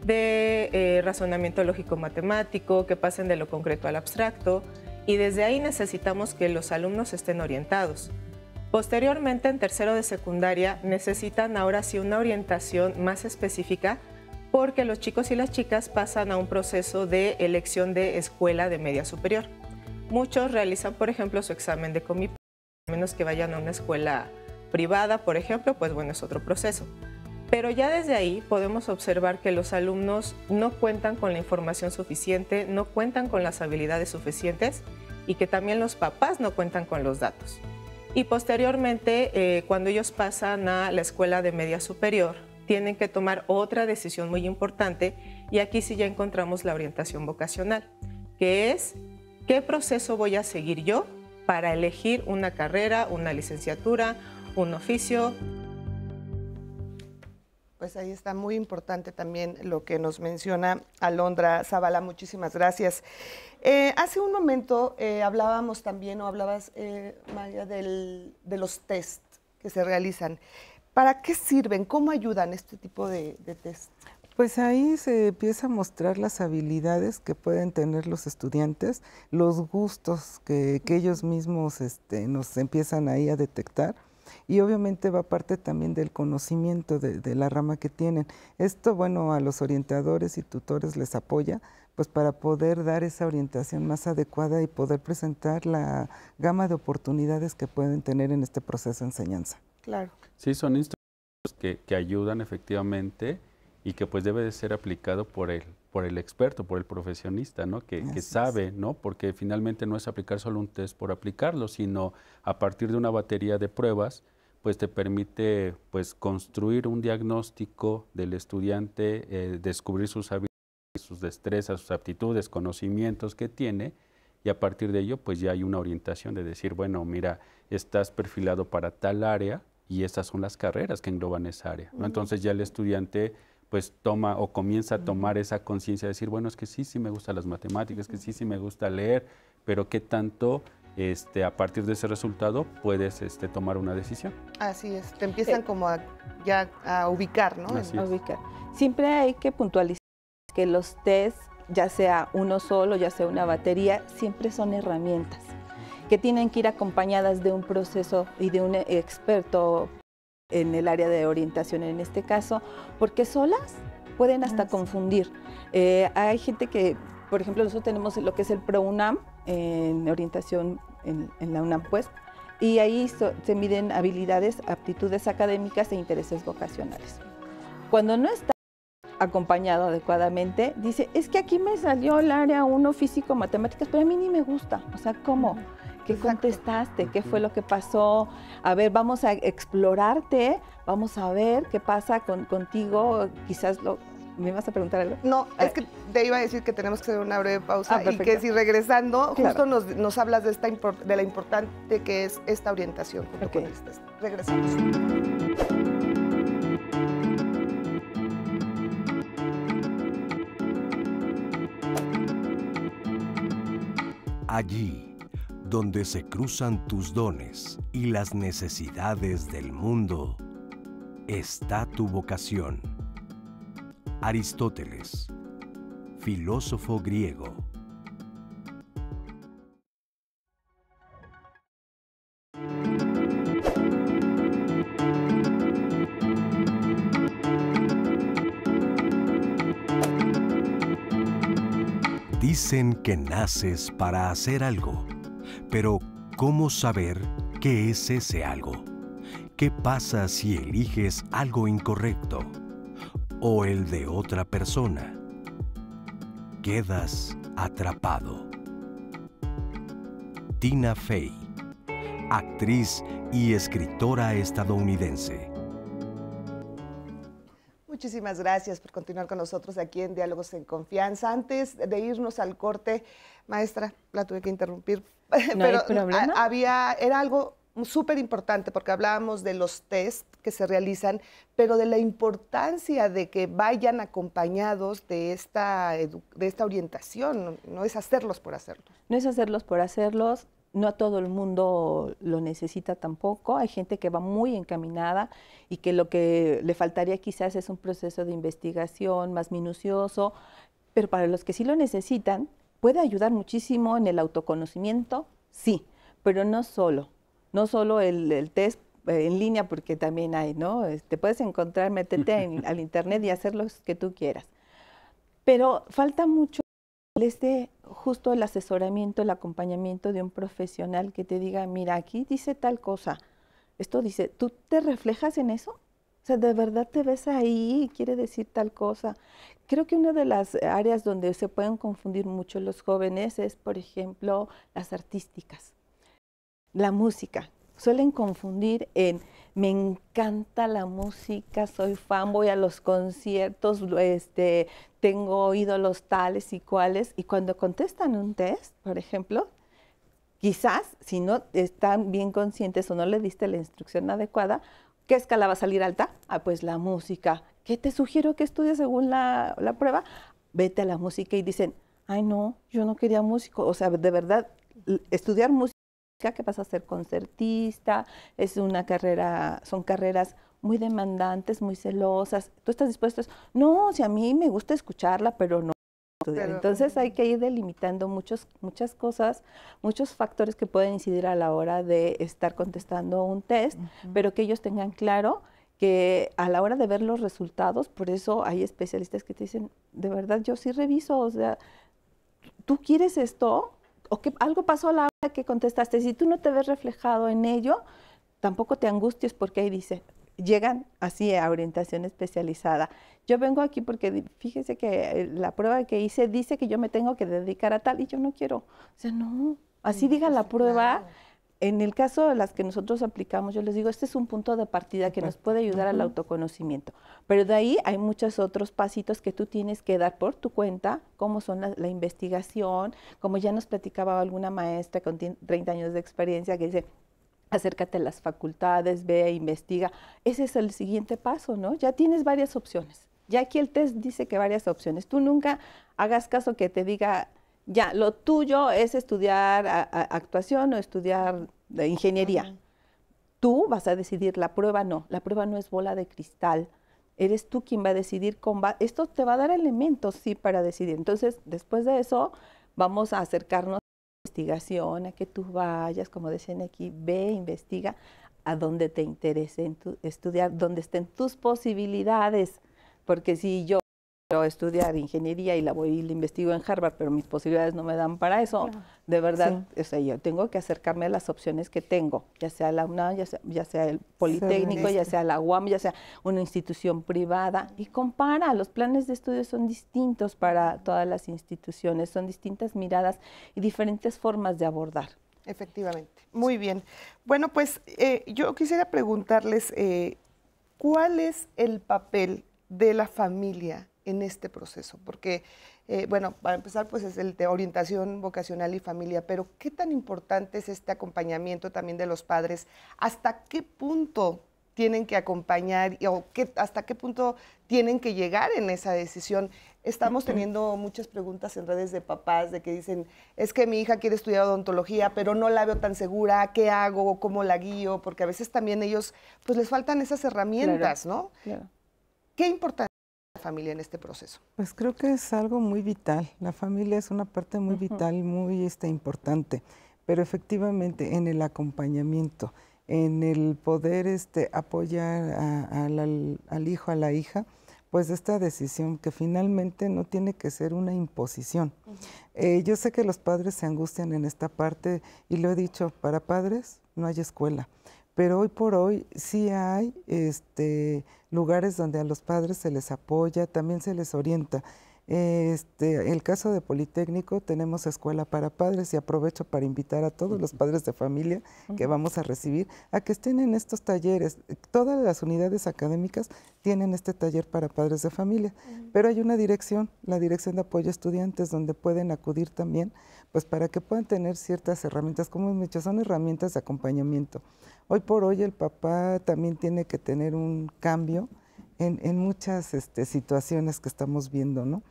de razonamiento lógico-matemático, que pasen de lo concreto al abstracto, y desde ahí necesitamos que los alumnos estén orientados. Posteriormente, en tercero de secundaria, necesitan ahora sí una orientación más específica porque los chicos y las chicas pasan a un proceso de elección de escuela de media superior. Muchos realizan, por ejemplo, su examen de COMIP, a menos que vayan a una escuela privada, por ejemplo, pues bueno, es otro proceso. Pero ya desde ahí podemos observar que los alumnos no cuentan con la información suficiente, no cuentan con las habilidades suficientes y que también los papás no cuentan con los datos. Y posteriormente, cuando ellos pasan a la escuela de media superior, tienen que tomar otra decisión muy importante y aquí sí ya encontramos la orientación vocacional, que es ¿qué proceso voy a seguir yo para elegir una carrera, una licenciatura, un oficio? Pues ahí está muy importante también lo que nos menciona Alondra Zavala, muchísimas gracias. Hace un momento hablábamos también, o hablabas, María, de los test que se realizan. ¿Para qué sirven? ¿Cómo ayudan este tipo de test? Pues ahí se empieza a mostrar las habilidades que pueden tener los estudiantes, los gustos que ellos mismos nos empiezan ahí a detectar. Y obviamente va parte también del conocimiento de la rama que tienen. Esto, bueno, a los orientadores y tutores les apoya, pues para poder dar esa orientación más adecuada y poder presentar la gama de oportunidades que pueden tener en este proceso de enseñanza. Claro. Sí, son instrumentos que ayudan efectivamente y que pues debe de ser aplicado por el experto, por el profesionista, ¿no? Que sabe, ¿no? Porque finalmente no es aplicar solo un test por aplicarlo, sino a partir de una batería de pruebas, pues te permite pues construir un diagnóstico del estudiante, descubrir sus habilidades, sus destrezas, sus aptitudes, conocimientos que tiene, y a partir de ello pues ya hay una orientación de decir, bueno, mira, estás perfilado para tal área y estas son las carreras que engloban esa área, ¿no? Entonces ya el estudiante pues toma o comienza a tomar esa conciencia de decir, bueno, es que sí me gustan las matemáticas, es que sí me gusta leer, pero qué tanto a partir de ese resultado puedes tomar una decisión. Así es, te empiezan como a ubicar, ¿no? A ubicar. Siempre hay que puntualizar que los test, ya sea uno solo, ya sea una batería, siempre son herramientas. que tienen que ir acompañadas de un proceso y de un experto en el área de orientación en este caso, porque solas pueden hasta confundir. Hay gente que, por ejemplo, nosotros tenemos lo que es el ProUNAM en orientación en la UNAM, pues, y ahí se miden habilidades, aptitudes académicas e intereses vocacionales. Cuando no está acompañado adecuadamente, dice, es que aquí me salió el área 1 físico, matemáticas, pero a mí ni me gusta. O sea, ¿cómo? ¿Qué contestaste? ¿Qué fue lo que pasó? A ver, vamos a explorarte, vamos a ver qué pasa contigo, quizás ¿me vas a preguntar algo? No, es que te iba a decir que tenemos que hacer una breve pausa y que si regresando, claro, justo nos hablas de la importante que es esta orientación junto con este. Regresamos. Allí, donde se cruzan tus dones y las necesidades del mundo, está tu vocación. Aristóteles, filósofo griego. Dicen que naces para hacer algo, pero ¿cómo saber qué es ese algo? ¿Qué pasa si eliges algo incorrecto o el de otra persona? Quedas atrapado. Tina Fey, actriz y escritora estadounidense. Muchísimas gracias por continuar con nosotros aquí en Diálogos en Confianza. Antes de irnos al corte, maestra, la tuve que interrumpir, ¿No hay problema? Era algo súper importante porque hablábamos de los test que se realizan, pero de la importancia de que vayan acompañados de esta orientación, no es hacerlos por hacerlos. No es hacerlos por hacerlos. No a todo el mundo lo necesita tampoco. Hay gente que va muy encaminada y que lo que le faltaría quizás es un proceso de investigación más minucioso, pero para los que sí lo necesitan, puede ayudar muchísimo en el autoconocimiento, sí, pero no solo el test en línea, porque también hay, ¿no? Te puedes encontrar, métete al internet y hacer lo que tú quieras. Pero falta mucho justo el asesoramiento, el acompañamiento de un profesional que te diga, mira, aquí dice tal cosa, esto dice, ¿tú te reflejas en eso? O sea, ¿de verdad te ves ahí y quiere decir tal cosa? Creo que una de las áreas donde se pueden confundir mucho los jóvenes es, por ejemplo, las artísticas. La música. Suelen confundir en, me encanta la música, soy fan, voy a los conciertos, tengo ídolos tales y cuales, y cuando contestan un test, por ejemplo, quizás, si no están bien conscientes o no le diste la instrucción adecuada, ¿qué escala va a salir alta? Ah, pues la música. ¿Qué te sugiero que estudies según la prueba? Vete a la música y dicen, ay no, yo no quería músico. O sea, de verdad, estudiar música, que vas a ser concertista, es una carrera, son carreras muy demandantes, muy celosas. ¿Tú estás dispuesto? No, si a mí me gusta escucharla, pero no estudiar. Entonces hay que ir delimitando muchas cosas, muchos factores que pueden incidir a la hora de estar contestando un test, pero que ellos tengan claro que a la hora de ver los resultados, por eso hay especialistas que te dicen, de verdad, yo sí reviso, o sea, ¿tú quieres esto? O que algo pasó a la hora que contestaste. Si tú no te ves reflejado en ello, tampoco te angusties porque ahí dice, llegan así a orientación especializada. Yo vengo aquí porque fíjese que la prueba que hice dice que yo me tengo que dedicar a tal y yo no quiero. O sea, no, así diga la prueba. En el caso de las que nosotros aplicamos, yo les digo, este es un punto de partida que nos puede ayudar al autoconocimiento. Pero de ahí hay muchos otros pasitos que tú tienes que dar por tu cuenta, como son la investigación, como ya nos platicaba alguna maestra con 30 años de experiencia que dice, acércate a las facultades, ve e investiga. Ese es el siguiente paso, ¿no? Ya tienes varias opciones. Ya aquí el test dice que varias opciones. Tú nunca hagas caso que te diga, ya, lo tuyo es estudiar actuación o estudiar ingeniería. Tú vas a decidir, la prueba no es bola de cristal. Eres tú quien va a decidir, esto te va a dar elementos, sí, para decidir. Entonces, después de eso, vamos a acercarnos a la investigación, a que tú vayas, como decían aquí, ve, investiga a donde te interese estudiar, donde estén tus posibilidades, porque si yo quiero estudiar ingeniería y la investigo en Harvard, pero mis posibilidades no me dan para eso, claro. De verdad, sí. O sea, yo tengo que acercarme a las opciones que tengo, ya sea la UNAM, ya sea el Politécnico, ya sea la UAM, ya sea una institución privada, y compara, los planes de estudio son distintos para todas las instituciones, son distintas miradas y diferentes formas de abordar. Efectivamente, muy bien. Bueno, pues yo quisiera preguntarles, ¿cuál es el papel de la familia en este proceso? Porque, bueno, para empezar, pues es el de orientación vocacional y familia, pero ¿qué tan importante es este acompañamiento también de los padres? ¿Hasta qué punto tienen que acompañar o hasta qué punto tienen que llegar en esa decisión? Estamos teniendo muchas preguntas en redes de papás de que dicen, es que mi hija quiere estudiar odontología, pero no la veo tan segura, ¿qué hago? ¿Cómo la guío? Porque a veces también ellos, pues les faltan esas herramientas, claro, ¿no? Claro. ¿Qué importancia tiene la familia en este proceso? Pues creo que es algo muy vital. La familia es una parte muy vital, muy importante, pero efectivamente en el acompañamiento, en el poder apoyar al hijo, a la hija, pues esta decisión que finalmente no tiene que ser una imposición. Yo sé que los padres se angustian en esta parte y lo he dicho, para padres no hay escuela, pero hoy por hoy sí hay lugares donde a los padres se les apoya, también se les orienta. El caso de Politécnico, tenemos escuela para padres y aprovecho para invitar a todos los padres de familia que vamos a recibir a que estén en estos talleres. Todas las unidades académicas tienen este taller para padres de familia, pero hay una dirección, la Dirección de Apoyo a Estudiantes, donde pueden acudir también, pues para que puedan tener ciertas herramientas, como hemos dicho, son herramientas de acompañamiento. Hoy por hoy el papá también tiene que tener un cambio en muchas situaciones que estamos viendo, ¿no?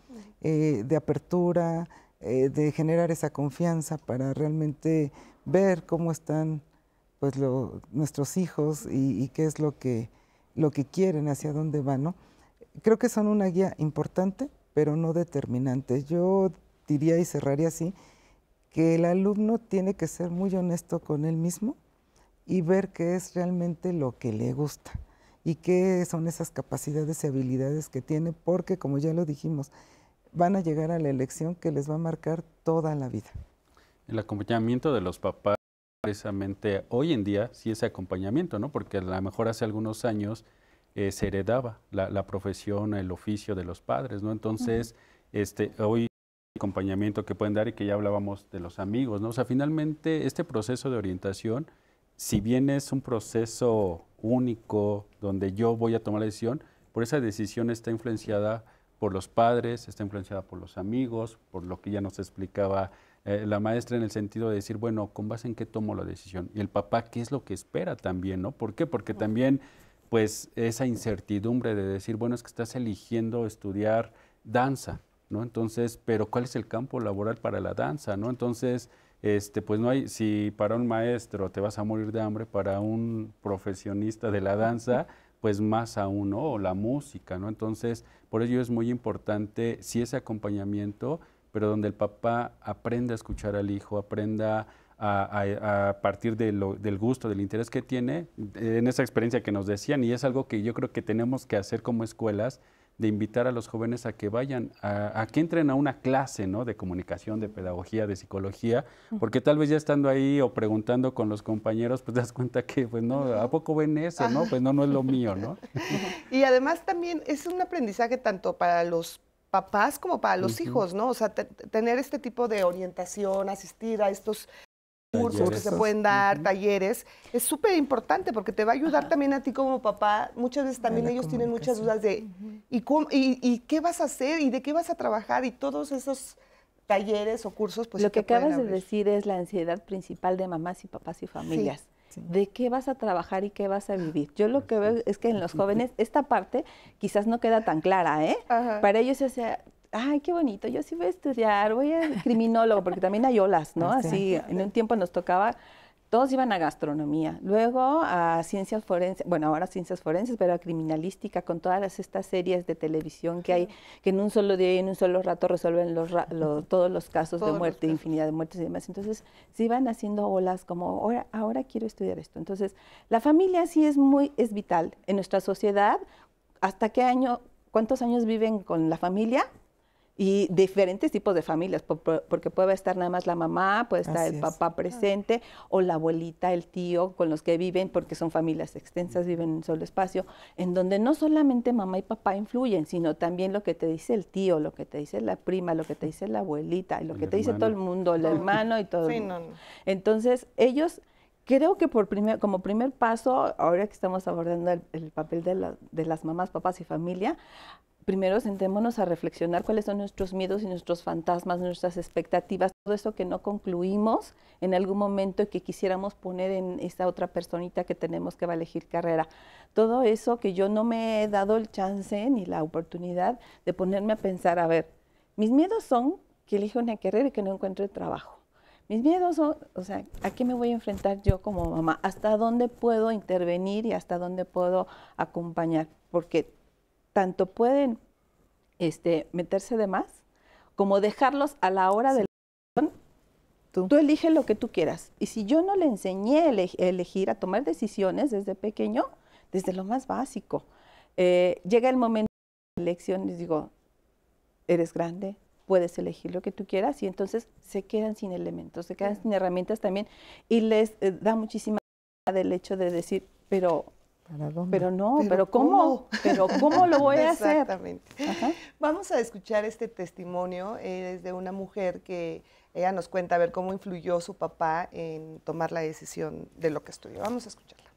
De apertura, de generar esa confianza para realmente ver cómo están pues, nuestros hijos y qué es lo que quieren, hacia dónde van, ¿no? Creo que son una guía importante, pero no determinante. Yo diría y cerraría así, que el alumno tiene que ser muy honesto con él mismo y ver qué es realmente lo que le gusta y qué son esas capacidades y habilidades que tiene, porque como ya lo dijimos, van a llegar a la elección que les va a marcar toda la vida. El acompañamiento de los papás, precisamente hoy en día, sí es acompañamiento, ¿no? Porque a lo mejor hace algunos años se heredaba la profesión, el oficio de los padres, ¿no? Entonces, hoy el acompañamiento que pueden dar y que ya hablábamos de los amigos, ¿no? O sea, finalmente este proceso de orientación, si bien es un proceso único donde yo voy a tomar la decisión, por esa decisión está influenciada por los padres, está influenciada por los amigos, por lo que ya nos explicaba la maestra en el sentido de decir, bueno, ¿con base en qué tomo la decisión? Y el papá, ¿qué es lo que espera también, no? ¿Por qué? Porque también, pues, esa incertidumbre de decir, bueno, es que estás eligiendo estudiar danza, ¿no? Entonces, pero ¿cuál es el campo laboral para la danza, no? Entonces, pues no hay, si para un maestro te vas a morir de hambre, para un profesionista de la danza, pues más aún, ¿no? O la música, ¿no? Entonces, por ello es muy importante, sí, ese acompañamiento, pero donde el papá aprenda a escuchar al hijo, aprenda a partir del gusto, del interés que tiene, en esa experiencia que nos decían, y es algo que yo creo que tenemos que hacer como escuelas, de invitar a los jóvenes a que vayan, a que entren a una clase, ¿no? De comunicación, de pedagogía, de psicología, porque tal vez ya estando ahí o preguntando con los compañeros, pues te das cuenta que, pues no, ¿a poco ven eso, no? Pues no es lo mío, ¿no? Y además también es un aprendizaje tanto para los papás como para los hijos, ¿no? O sea, tener este tipo de orientación, asistir a estos cursos que se pueden dar, talleres, es súper importante porque te va a ayudar también a ti como papá. Muchas veces también ellos tienen muchas dudas de ¿y qué vas a hacer? ¿Y de qué vas a trabajar? Y todos esos talleres o cursos, pues lo que acabas de decir es la ansiedad principal de mamás y papás y familias. Sí. ¿De qué vas a trabajar y qué vas a vivir? Yo lo que veo es que en los jóvenes esta parte quizás no queda tan clara, ¿eh? Para ellos se hace, ay, qué bonito, yo sí voy a estudiar, voy a criminólogo, porque también hay olas, ¿no? Así, en un tiempo nos tocaba Todos iban a gastronomía, luego a ciencias forenses, bueno, ahora ciencias forenses, pero a criminalística, con todas estas series de televisión que hay, que en un solo día y en un solo rato resuelven todos los casos de muerte, infinidad de muertes y demás. Entonces, se iban haciendo olas como, ahora quiero estudiar esto. Entonces, la familia sí es vital en nuestra sociedad. ¿Hasta qué año, cuántos años viven con la familia? Y diferentes tipos de familias, porque puede estar nada más la mamá, puede estar el papá presente, o la abuelita, el tío, con los que viven, porque son familias extensas, viven en un solo espacio, en donde no solamente mamá y papá influyen, sino también lo que te dice el tío, lo que te dice la prima, lo que te dice la abuelita, y lo que te dice todo el mundo, el hermano y todo el mundo. Entonces, ellos... Creo que como primer paso, ahora que estamos abordando el papel de las mamás, papás y familia, primero sentémonos a reflexionar cuáles son nuestros miedos y nuestros fantasmas, nuestras expectativas, todo eso que no concluimos en algún momento y que quisiéramos poner en esa otra personita que tenemos que va a elegir carrera. Todo eso que yo no me he dado el chance ni la oportunidad de ponerme a pensar, a ver, mis miedos son que elija una carrera y que no encuentre trabajo. Mis miedos son, o sea, ¿a qué me voy a enfrentar yo como mamá? ¿Hasta dónde puedo intervenir y hasta dónde puedo acompañar? Porque tanto pueden meterse de más, como dejarlos a la hora de la decisión. Tú eliges lo que tú quieras. Y si yo no le enseñé a elegir, a tomar decisiones desde pequeño, desde lo más básico, llega el momento de la elección, les digo, eres grande, puedes elegir lo que tú quieras, y entonces se quedan sin elementos, se quedan sin herramientas también, y les da muchísima del hecho de decir, pero ¿cómo lo voy a hacer? Exactamente. Vamos a escuchar este testimonio, es de una mujer que ella nos cuenta a ver cómo influyó su papá en tomar la decisión de lo que estudió. Vamos a escucharla.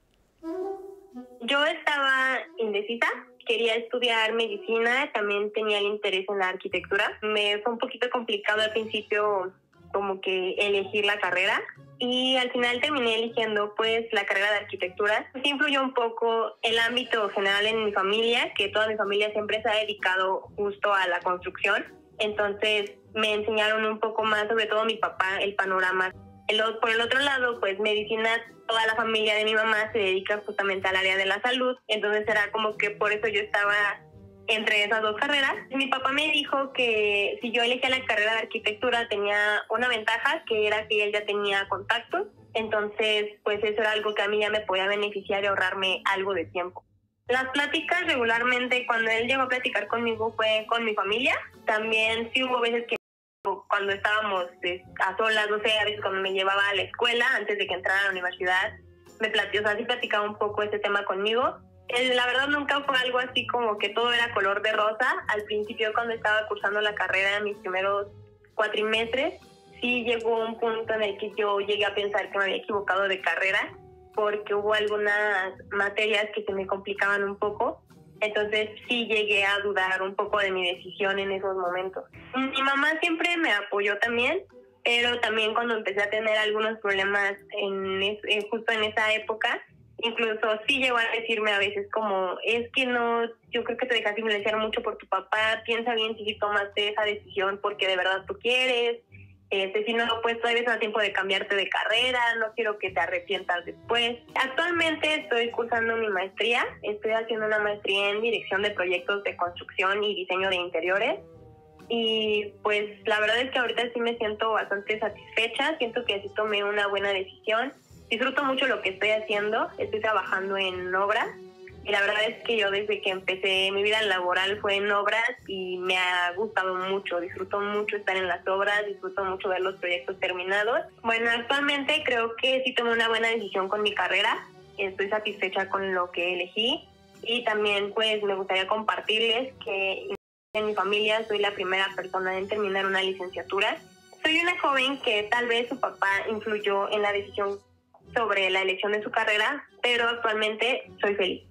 Yo estaba indecisa, quería estudiar medicina, también tenía el interés en la arquitectura. Me fue un poquito complicado al principio como que elegir la carrera, y al final terminé eligiendo pues la carrera de arquitectura. Sí influyó un poco el ámbito general en mi familia, que toda mi familia siempre se ha dedicado justo a la construcción. Entonces me enseñaron un poco más, sobre todo mi papá, el panorama. Por el otro lado, pues medicina, toda la familia de mi mamá se dedica justamente al área de la salud. Entonces era como que por eso yo estaba entre esas dos carreras. Mi papá me dijo que si yo elegía la carrera de arquitectura tenía una ventaja, que era que él ya tenía contactos. Entonces, pues eso era algo que a mí ya me podía beneficiar y ahorrarme algo de tiempo. Las pláticas regularmente, cuando él llegó a platicar conmigo, fue con mi familia. También sí hubo veces que cuando estábamos a solas, no sé, a veces cuando me llevaba a la escuela, antes de que entrara a la universidad, sí platicaba un poco ese tema conmigo. La verdad nunca fue algo así como que todo era color de rosa. Al principio, cuando estaba cursando la carrera, en mis primeros cuatrimestres, sí llegó un punto en el que yo llegué a pensar que me había equivocado de carrera, porque hubo algunas materias que se me complicaban un poco. Entonces sí llegué a dudar un poco de mi decisión en esos momentos. Mi mamá siempre me apoyó también, pero también cuando empecé a tener algunos problemas justo en esa época, incluso sí llegó a decirme a veces como, es que no, yo creo que te dejaste influenciar mucho por tu papá, piensa bien si tomaste esa decisión porque de verdad tú quieres, si no, pues todavía es tiempo de cambiarte de carrera, no quiero que te arrepientas después. Actualmente estoy cursando mi maestría, estoy haciendo una maestría en dirección de proyectos de construcción y diseño de interiores, y pues la verdad es que ahorita sí me siento bastante satisfecha, siento que sí tomé una buena decisión. Disfruto mucho lo que estoy haciendo, estoy trabajando en obras, y la verdad es que yo desde que empecé mi vida laboral fue en obras y me ha gustado mucho, disfruto mucho estar en las obras, disfruto mucho ver los proyectos terminados. Bueno, actualmente creo que sí tomé una buena decisión con mi carrera, estoy satisfecha con lo que elegí, y también pues me gustaría compartirles que en mi familia soy la primera persona en terminar una licenciatura. Soy una joven que tal vez su papá influyó en la decisión sobre la elección de su carrera, pero actualmente soy feliz.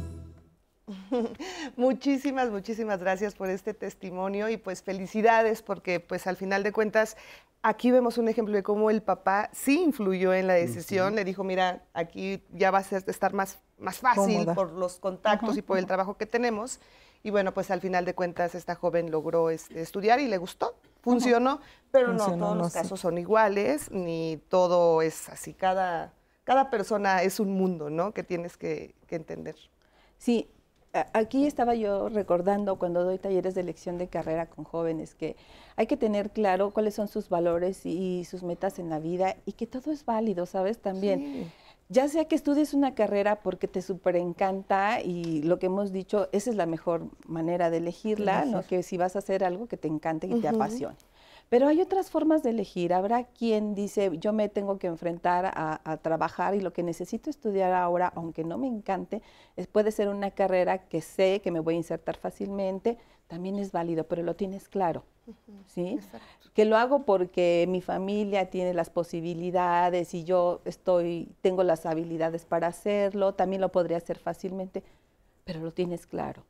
Muchísimas gracias por este testimonio, y pues felicidades, porque pues al final de cuentas aquí vemos un ejemplo de cómo el papá sí influyó en la decisión. Le dijo, mira, aquí ya va a estar más fácil cómoda por los contactos y por el trabajo que tenemos. Y bueno, pues al final de cuentas esta joven logró estudiar y le gustó. funcionó, pero no Funcionó, todos no, los sí. casos son iguales, ni todo es así. Cada persona es un mundo, ¿no? Que tienes que entender. Sí, aquí estaba yo recordando cuando doy talleres de elección de carrera con jóvenes que hay que tener claro cuáles son sus valores y sus metas en la vida y que todo es válido, ¿sabes? También. Sí. Ya sea que estudies una carrera porque te súper encanta y lo que hemos dicho, esa es la mejor manera de elegirla, ¿no? Que si vas a hacer algo que te encante y te apasione. Pero hay otras formas de elegir. Habrá quien dice, yo me tengo que enfrentar a trabajar y lo que necesito estudiar ahora, aunque no me encante, puede ser una carrera que sé que me voy a insertar fácilmente, también es válido, pero lo tienes claro, ¿sí? Exacto. Que lo hago porque mi familia tiene las posibilidades y yo tengo las habilidades para hacerlo, también lo podría hacer fácilmente, pero lo tienes claro.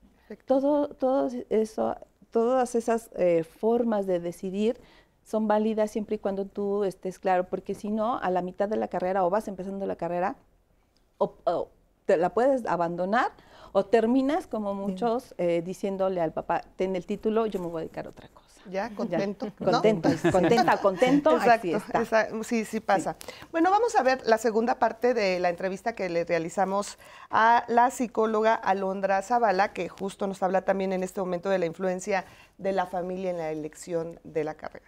Todas esas formas de decidir son válidas siempre y cuando tú estés claro, porque si no, a la mitad de la carrera o vas empezando la carrera o te la puedes abandonar o terminas como muchos diciéndole al papá, ten el título, yo me voy a dedicar a otra cosa. Ya, contento. Ya. ¿no? Contento, Exacto, así está. sí pasa. Sí. Bueno, vamos a ver la segunda parte de la entrevista que le realizamos a la psicóloga Alondra Zavala, que justo nos habla también en este momento de la influencia de la familia en la elección de la carrera.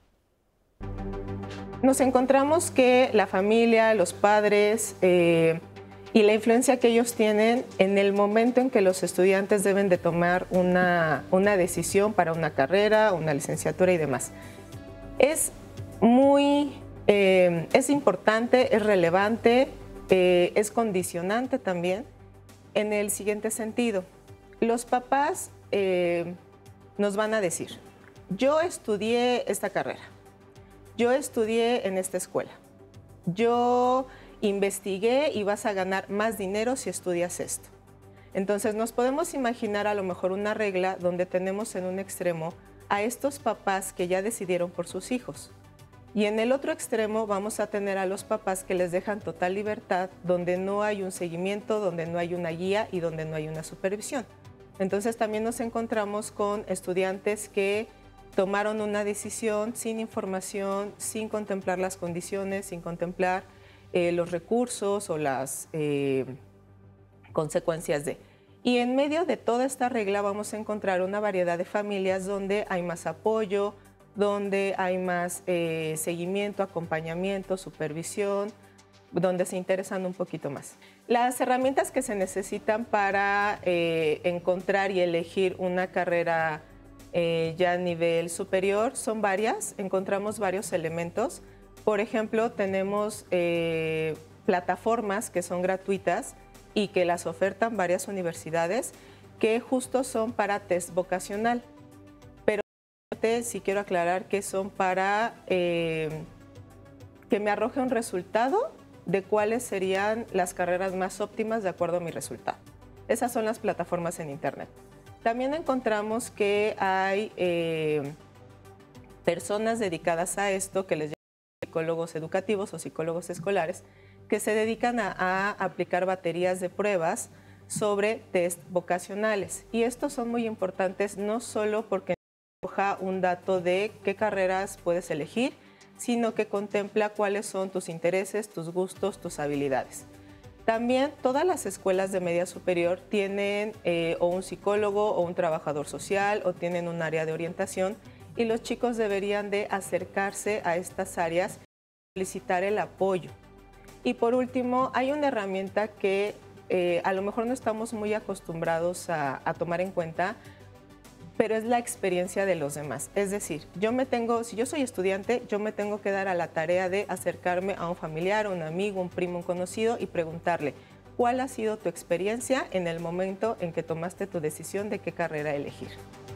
Nos encontramos que la familia, los padres y la influencia que ellos tienen en el momento en que los estudiantes deben de tomar una decisión para una carrera, una licenciatura y demás. Es importante, es relevante, es condicionante también en el siguiente sentido. Los papás nos van a decir, yo estudié esta carrera, yo estudié en esta escuela, yo investigué y vas a ganar más dinero si estudias esto. Entonces nos podemos imaginar a lo mejor una regla donde tenemos en un extremo a estos papás que ya decidieron por sus hijos. Y en el otro extremo vamos a tener a los papás que les dejan total libertad, donde no hay un seguimiento, donde no hay una guía y donde no hay una supervisión. Entonces también nos encontramos con estudiantes que tomaron una decisión sin información, sin contemplar las condiciones, sin contemplar los recursos o las consecuencias de. Y en medio de toda esta regla vamos a encontrar una variedad de familias donde hay más apoyo, donde hay más seguimiento, acompañamiento, supervisión, donde se interesan un poquito más. Las herramientas que se necesitan para encontrar y elegir una carrera ya a nivel superior son varias, encontramos varios elementos. Por ejemplo, tenemos plataformas que son gratuitas y que las ofertan varias universidades que justo son para test vocacional. Pero sí quiero aclarar que son para que me arroje un resultado de cuáles serían las carreras más óptimas de acuerdo a mi resultado. Esas son las plataformas en Internet. También encontramos que hay personas dedicadas a esto que les llaman psicólogos educativos o psicólogos escolares que se dedican a aplicar baterías de pruebas sobre test vocacionales. Y estos son muy importantes no solo porque arroja un dato de qué carreras puedes elegir, sino que contempla cuáles son tus intereses, tus gustos, tus habilidades. También todas las escuelas de media superior tienen o un psicólogo o un trabajador social o tienen un área de orientación y los chicos deberían de acercarse a estas áreas y solicitar el apoyo. Y por último, hay una herramienta que a lo mejor no estamos muy acostumbrados a tomar en cuenta, pero es la experiencia de los demás. Es decir, si yo soy estudiante, yo me tengo que dar a la tarea de acercarme a un familiar, un amigo, un primo, un conocido y preguntarle, ¿cuál ha sido tu experiencia en el momento en que tomaste tu decisión de qué carrera elegir?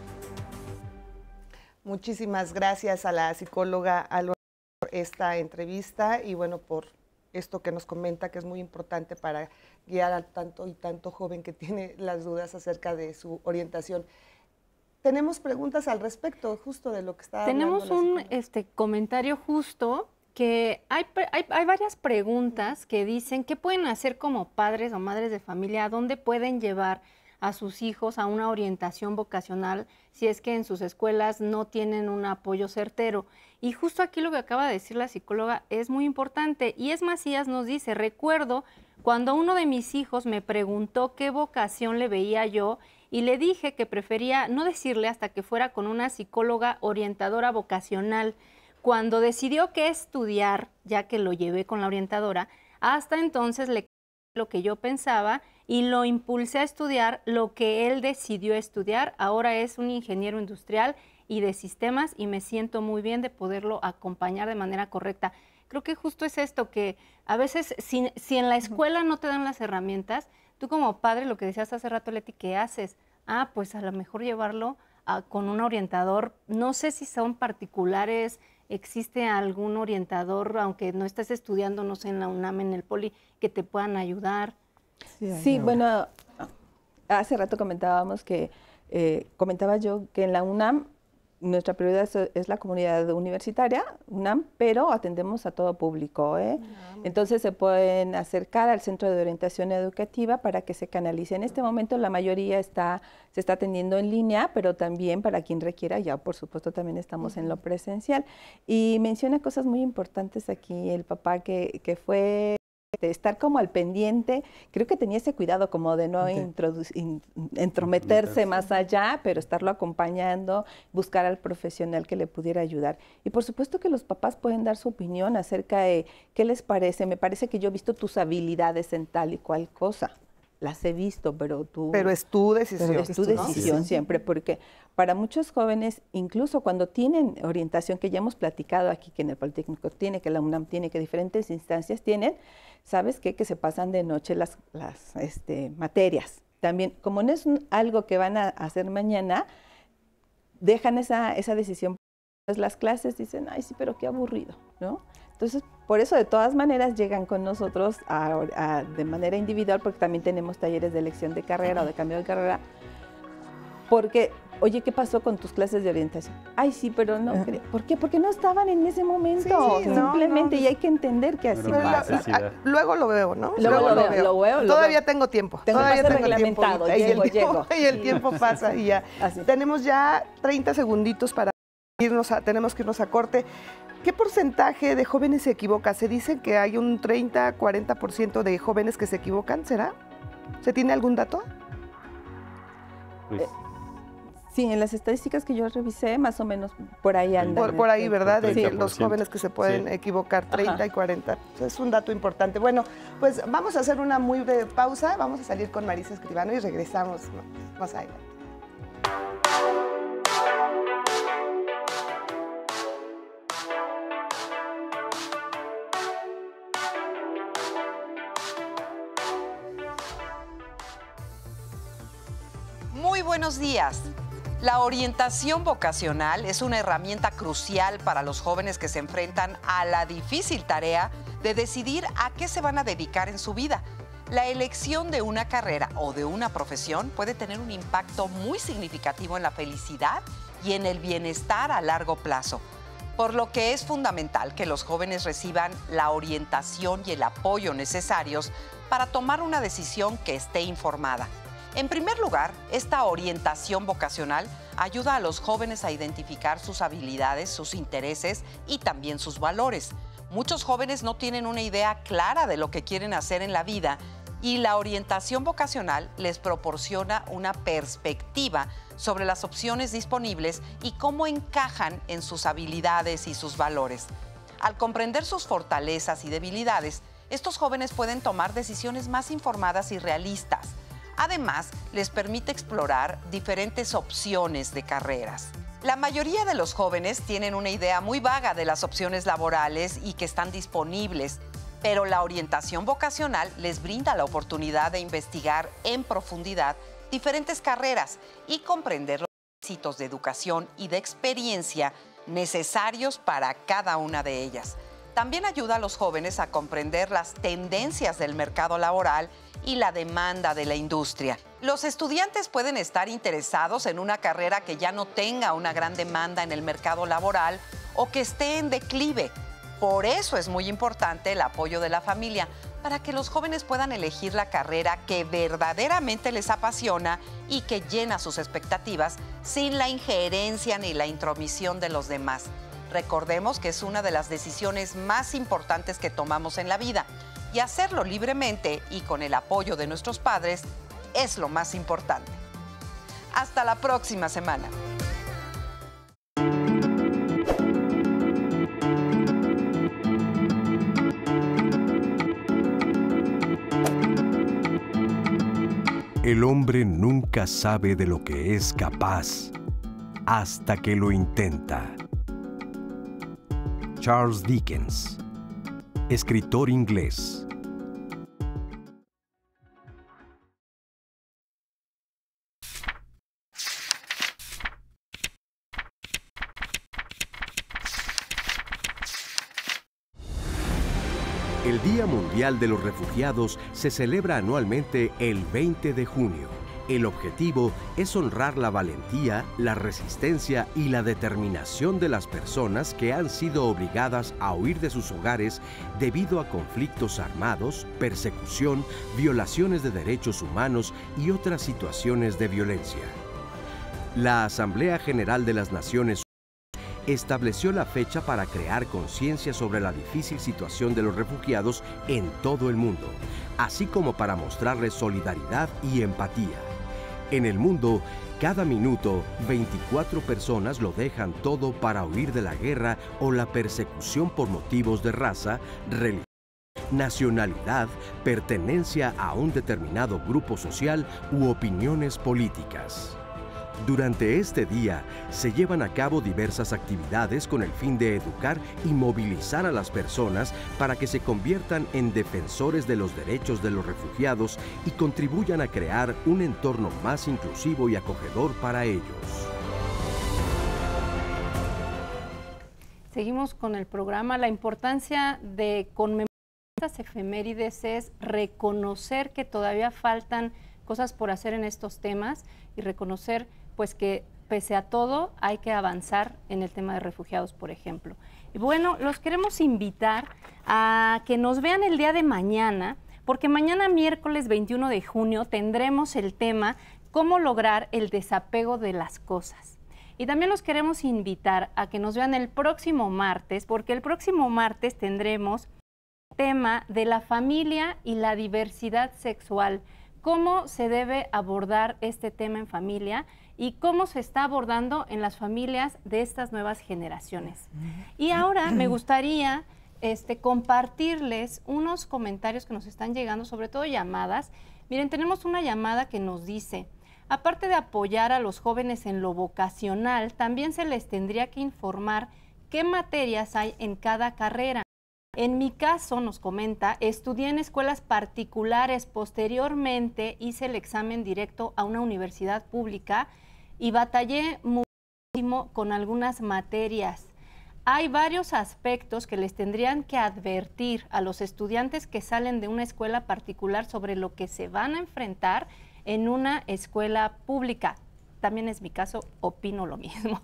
Muchísimas gracias a la psicóloga Alondra por esta entrevista y bueno, por esto que nos comenta que es muy importante para guiar a tanto y tanto joven que tiene las dudas acerca de su orientación. Tenemos preguntas al respecto, justo de lo que está hablando. Tenemos un comentario justo que hay varias preguntas que dicen qué pueden hacer como padres o madres de familia, a dónde pueden llevar a sus hijos a una orientación vocacional si es que en sus escuelas no tienen un apoyo certero. Y justo aquí lo que acaba de decir la psicóloga es muy importante. Y Es Macías nos dice, recuerdo cuando uno de mis hijos me preguntó qué vocación le veía yo y le dije que prefería no decirle hasta que fuera con una psicóloga orientadora vocacional. Cuando decidió qué estudiar, ya que lo llevé con la orientadora, hasta entonces le lo que yo pensaba y lo impulsé a estudiar lo que él decidió estudiar. Ahora es un ingeniero industrial y de sistemas y me siento muy bien de poderlo acompañar de manera correcta. Creo que justo es esto, que a veces si en la escuela no te dan las herramientas, tú como padre, lo que decías hace rato, Leti, ¿qué haces? Pues a lo mejor llevarlo con un orientador. No sé si son particulares, existe algún orientador, aunque no estés estudiando, no sé, en la UNAM, en el Poli, que te puedan ayudar. Sí, bueno, hace rato comentábamos que, comentaba yo que en la UNAM nuestra prioridad es la comunidad universitaria, UNAM, pero atendemos a todo público. Entonces se pueden acercar al Centro de Orientación Educativa para que se canalice. En este momento la mayoría se está atendiendo en línea, pero también para quien requiera, ya por supuesto también estamos en lo presencial. Y menciona cosas muy importantes aquí el papá que fue de estar como al pendiente, creo que tenía ese cuidado como de no entrometerse más allá, pero estarlo acompañando, buscar al profesional que le pudiera ayudar. Y por supuesto que los papás pueden dar su opinión acerca de qué les parece. Me parece que yo he visto tus habilidades en tal y cual cosa. Las he visto, pero tú... Pero es tu decisión. Pero es tu decisión siempre, porque para muchos jóvenes, incluso cuando tienen orientación, que ya hemos platicado aquí, que en el Politécnico tiene, que la UNAM tiene, que diferentes instancias tienen, ¿sabes qué? Que se pasan de noche las materias. También, como no es algo que van a hacer mañana, dejan esa decisión. Pues las clases dicen, ay, sí, pero qué aburrido, ¿no? Entonces, por eso de todas maneras llegan con nosotros de manera individual, porque también tenemos talleres de elección de carrera o de cambio de carrera, porque, oye, ¿qué pasó con tus clases de orientación? Ay, sí, pero no, ¿por qué? Porque no estaban en ese momento, simplemente, y hay que entender que así pasa. Luego lo veo, ¿no? Luego lo veo. Todavía tengo tiempo. Todavía tengo reglamentado, tiempo. Llego. Y el tiempo pasa y ya. Así. Tenemos ya 30 segunditos para tenemos que irnos a corte. ¿Qué porcentaje de jóvenes se equivoca? Se dice que hay un 30-40% de jóvenes que se equivocan, ¿será? ¿Se tiene algún dato? Pues, sí, en las estadísticas que yo revisé, más o menos por ahí andan. Por ahí, ¿verdad? De que 30%. los jóvenes que se pueden equivocar, 30 y 40. Es un dato importante. Bueno, pues vamos a hacer una muy breve pausa. Vamos a salir con Marisa Escribano y regresamos más adelante. Muy buenos días. La orientación vocacional es una herramienta crucial para los jóvenes que se enfrentan a la difícil tarea de decidir a qué se van a dedicar en su vida. La elección de una carrera o de una profesión puede tener un impacto muy significativo en la felicidad y en el bienestar a largo plazo, por lo que es fundamental que los jóvenes reciban la orientación y el apoyo necesarios para tomar una decisión que esté informada. En primer lugar, esta orientación vocacional ayuda a los jóvenes a identificar sus habilidades, sus intereses y también sus valores. Muchos jóvenes no tienen una idea clara de lo que quieren hacer en la vida y la orientación vocacional les proporciona una perspectiva sobre las opciones disponibles y cómo encajan en sus habilidades y sus valores. Al comprender sus fortalezas y debilidades, estos jóvenes pueden tomar decisiones más informadas y realistas. Además, les permite explorar diferentes opciones de carreras. La mayoría de los jóvenes tienen una idea muy vaga de las opciones laborales y que están disponibles, pero la orientación vocacional les brinda la oportunidad de investigar en profundidad diferentes carreras y comprender los requisitos de educación y de experiencia necesarios para cada una de ellas. También ayuda a los jóvenes a comprender las tendencias del mercado laboral y la demanda de la industria. Los estudiantes pueden estar interesados en una carrera que ya no tenga una gran demanda en el mercado laboral o que esté en declive. Por eso es muy importante el apoyo de la familia para que los jóvenes puedan elegir la carrera que verdaderamente les apasiona y que llena sus expectativas sin la injerencia ni la intromisión de los demás. Recordemos que es una de las decisiones más importantes que tomamos en la vida y hacerlo libremente y con el apoyo de nuestros padres es lo más importante. Hasta la próxima semana. El hombre nunca sabe de lo que es capaz hasta que lo intenta. Charles Dickens, escritor inglés. El Día Mundial de los Refugiados se celebra anualmente el 20 de junio. El objetivo es honrar la valentía, la resistencia y la determinación de las personas que han sido obligadas a huir de sus hogares debido a conflictos armados, persecución, violaciones de derechos humanos y otras situaciones de violencia. La Asamblea General de las Naciones Unidas estableció la fecha para crear conciencia sobre la difícil situación de los refugiados en todo el mundo, así como para mostrarles solidaridad y empatía. En el mundo, cada minuto, 24 personas lo dejan todo para huir de la guerra o la persecución por motivos de raza, religión, nacionalidad, pertenencia a un determinado grupo social u opiniones políticas. Durante este día se llevan a cabo diversas actividades con el fin de educar y movilizar a las personas para que se conviertan en defensores de los derechos de los refugiados y contribuyan a crear un entorno más inclusivo y acogedor para ellos. Seguimos con el programa. La importancia de conmemorar estas efemérides es reconocer que todavía faltan cosas por hacer en estos temas y reconocer pues que pese a todo hay que avanzar en el tema de refugiados, por ejemplo. Y bueno, los queremos invitar a que nos vean el día de mañana, porque mañana miércoles 21 de junio tendremos el tema cómo lograr el desapego de las cosas. Y también los queremos invitar a que nos vean el próximo martes, porque el próximo martes tendremos el tema de la familia y la diversidad sexual. Cómo se debe abordar este tema en familia y cómo se está abordando en las familias de estas nuevas generaciones. Y ahora me gustaría compartirles unos comentarios que nos están llegando, sobre todo llamadas. Miren, tenemos una llamada que nos dice, aparte de apoyar a los jóvenes en lo vocacional, también se les tendría que informar qué materias hay en cada carrera. En mi caso, nos comenta, estudié en escuelas particulares, posteriormente hice el examen directo a una universidad pública y batallé muchísimo con algunas materias. Hay varios aspectos que les tendrían que advertir a los estudiantes que salen de una escuela particular sobre lo que se van a enfrentar en una escuela pública. También es mi caso, opino lo mismo.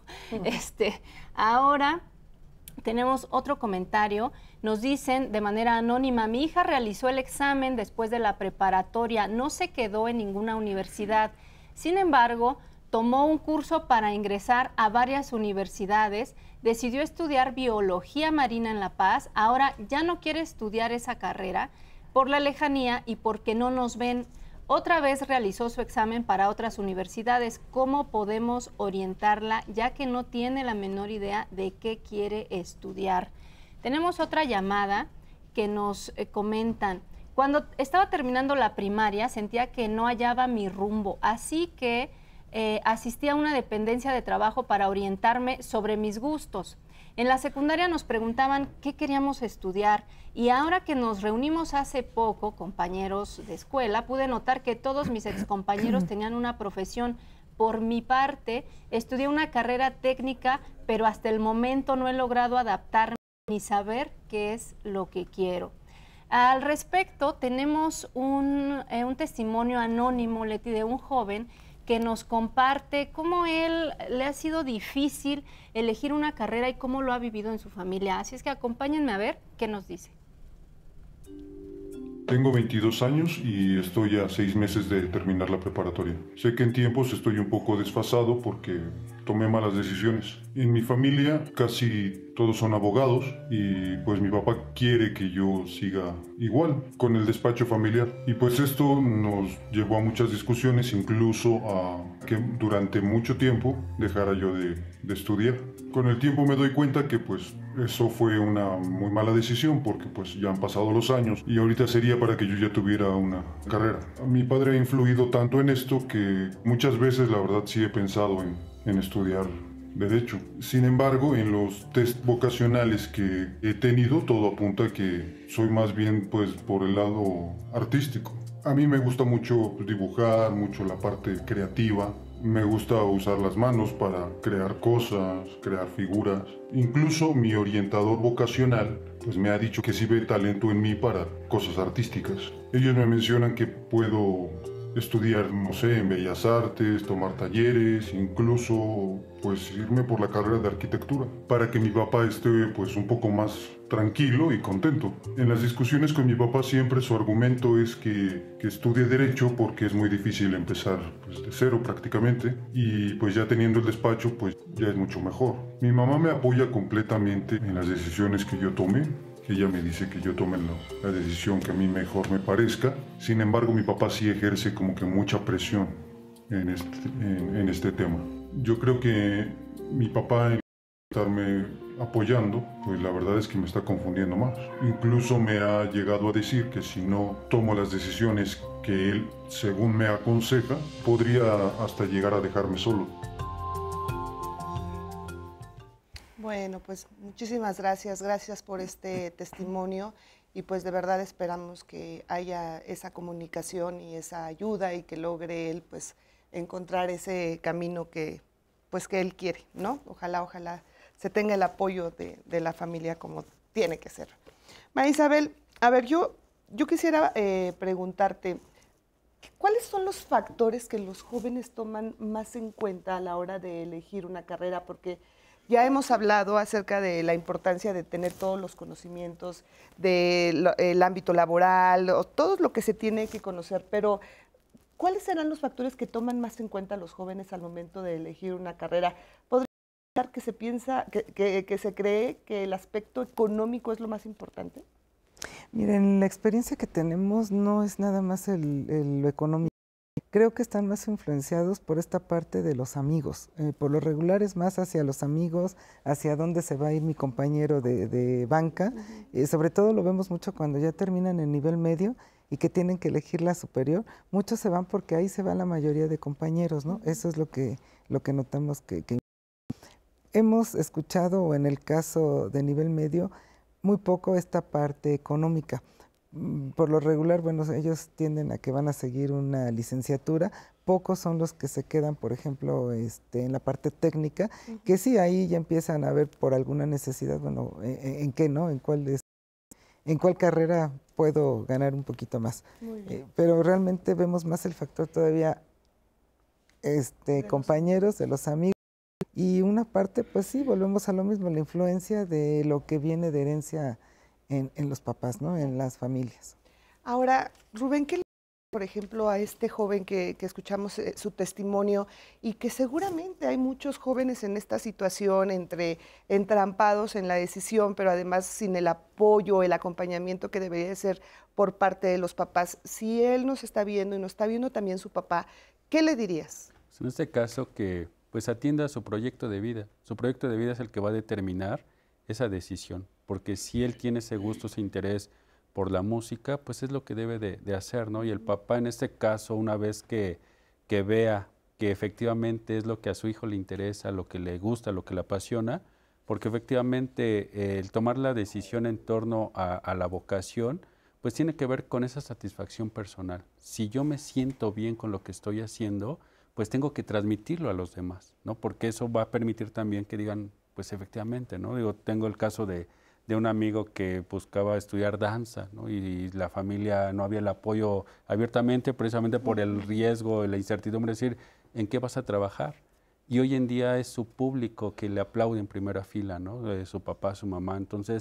Ahora tenemos otro comentario. Nos dicen de manera anónima, mi hija realizó el examen después de la preparatoria, no se quedó en ninguna universidad. Sin embargo, tomó un curso para ingresar a varias universidades, decidió estudiar biología marina en La Paz, ahora ya no quiere estudiar esa carrera por la lejanía y porque no nos ven. Otra vez realizó su examen para otras universidades. ¿Cómo podemos orientarla ya que no tiene la menor idea de qué quiere estudiar? Tenemos otra llamada que nos comentan. Cuando estaba terminando la primaria sentía que no hallaba mi rumbo, así que asistí a una dependencia de trabajo para orientarme sobre mis gustos. En la secundaria nos preguntaban qué queríamos estudiar y ahora que nos reunimos hace poco, compañeros de escuela, pude notar que todos mis excompañeros tenían una profesión. Por mi parte, estudié una carrera técnica, pero hasta el momento no he logrado adaptarme ni saber qué es lo que quiero. Al respecto, tenemos un testimonio anónimo, Leti, de un joven que nos comparte cómo él le ha sido difícil elegir una carrera y cómo lo ha vivido en su familia. Así es que acompáñenme a ver qué nos dice. Tengo 22 años y estoy a 6 meses de terminar la preparatoria. Sé que en tiempos estoy un poco desfasado porque tomé malas decisiones. En mi familia casi todos son abogados y pues mi papá quiere que yo siga igual con el despacho familiar. Y pues esto nos llevó a muchas discusiones, incluso a que durante mucho tiempo dejara yo de estudiar. Con el tiempo me doy cuenta que pues eso fue una muy mala decisión porque pues ya han pasado los años y ahorita sería para que yo ya tuviera una carrera. Mi padre ha influido tanto en esto que muchas veces la verdad sí he pensado en estudiar Derecho. Sin embargo, en los test vocacionales que he tenido, todo apunta a que soy más bien pues por el lado artístico. A mí me gusta mucho dibujar, mucho la parte creativa. Me gusta usar las manos para crear cosas, crear figuras. Incluso mi orientador vocacional pues me ha dicho que sí ve talento en mí para cosas artísticas. Ellos me mencionan que puedo estudiar, no sé, en Bellas Artes, tomar talleres, incluso pues irme por la carrera de arquitectura, para que mi papá esté pues un poco más tranquilo y contento. En las discusiones con mi papá siempre su argumento es que estudie Derecho porque es muy difícil empezar pues, de cero prácticamente y pues ya teniendo el despacho pues ya es mucho mejor. Mi mamá me apoya completamente en las decisiones que yo tome. Ella me dice que yo tome la decisión que a mí mejor me parezca. Sin embargo, mi papá sí ejerce como que mucha presión en este tema. Yo creo que mi papá, en estarme apoyando, pues la verdad es que me está confundiendo más. Incluso me ha llegado a decir que si no tomo las decisiones que él, según me aconseja, podría hasta llegar a dejarme solo. Bueno, pues muchísimas gracias por este testimonio y pues de verdad esperamos que haya esa comunicación y esa ayuda y que logre él pues encontrar ese camino que él quiere, ¿no? Ojalá se tenga el apoyo de la familia como tiene que ser. María Isabel, a ver, yo quisiera preguntarte, ¿cuáles son los factores que los jóvenes toman más en cuenta a la hora de elegir una carrera? Porque ya hemos hablado acerca de la importancia de tener todos los conocimientos del ámbito laboral, o todo lo que se tiene que conocer, pero ¿cuáles serán los factores que toman más en cuenta los jóvenes al momento de elegir una carrera? ¿Podría ser que se piensa, que se cree que el aspecto económico es lo más importante? Miren, la experiencia que tenemos no es nada más lo económico. Creo que están más influenciados por esta parte de los amigos. Por lo regular es más hacia los amigos, hacia dónde se va a ir mi compañero de banca. Sobre todo lo vemos mucho cuando ya terminan el nivel medio y que tienen que elegir la superior. Muchos se van porque ahí se va la mayoría de compañeros, ¿no? Eso es lo que notamos que hemos escuchado, o en el caso de nivel medio, muy poco esta parte económica. Por lo regular, bueno, ellos tienden a que van a seguir una licenciatura, pocos son los que se quedan, por ejemplo, en la parte técnica, que sí, ahí ya empiezan a ver por alguna necesidad, bueno, ¿en qué no? ¿En cuál carrera puedo ganar un poquito más? Pero realmente vemos más el factor todavía compañeros, de los amigos, y una parte, pues sí, volvemos a lo mismo, la influencia de lo que viene de herencia en los papás, ¿no? En las familias. Ahora, Rubén, ¿qué le por ejemplo, a este joven que escuchamos su testimonio y que seguramente hay muchos jóvenes en esta situación entrampados en la decisión, pero además sin el apoyo, el acompañamiento que debería ser por parte de los papás? Si él nos está viendo y nos está viendo también su papá, ¿qué le dirías? En este caso que pues atienda a su proyecto de vida. Su proyecto de vida es el que va a determinar esa decisión, porque si él tiene ese gusto, ese interés por la música, pues es lo que debe de hacer, ¿no? Y el papá en este caso, una vez que vea que efectivamente es lo que a su hijo le interesa, lo que le gusta, lo que le apasiona, porque efectivamente el tomar la decisión en torno a la vocación, pues tiene que ver con esa satisfacción personal. Si yo me siento bien con lo que estoy haciendo, pues tengo que transmitirlo a los demás, ¿no? Porque eso va a permitir también que digan, pues efectivamente, ¿no? Digo, tengo el caso de un amigo que buscaba estudiar danza, ¿no? Y la familia no había el apoyo abiertamente, precisamente por el riesgo, la incertidumbre, es decir, ¿en qué vas a trabajar? Y hoy en día es su público que le aplaude en primera fila, ¿no? Su papá, su mamá. Entonces,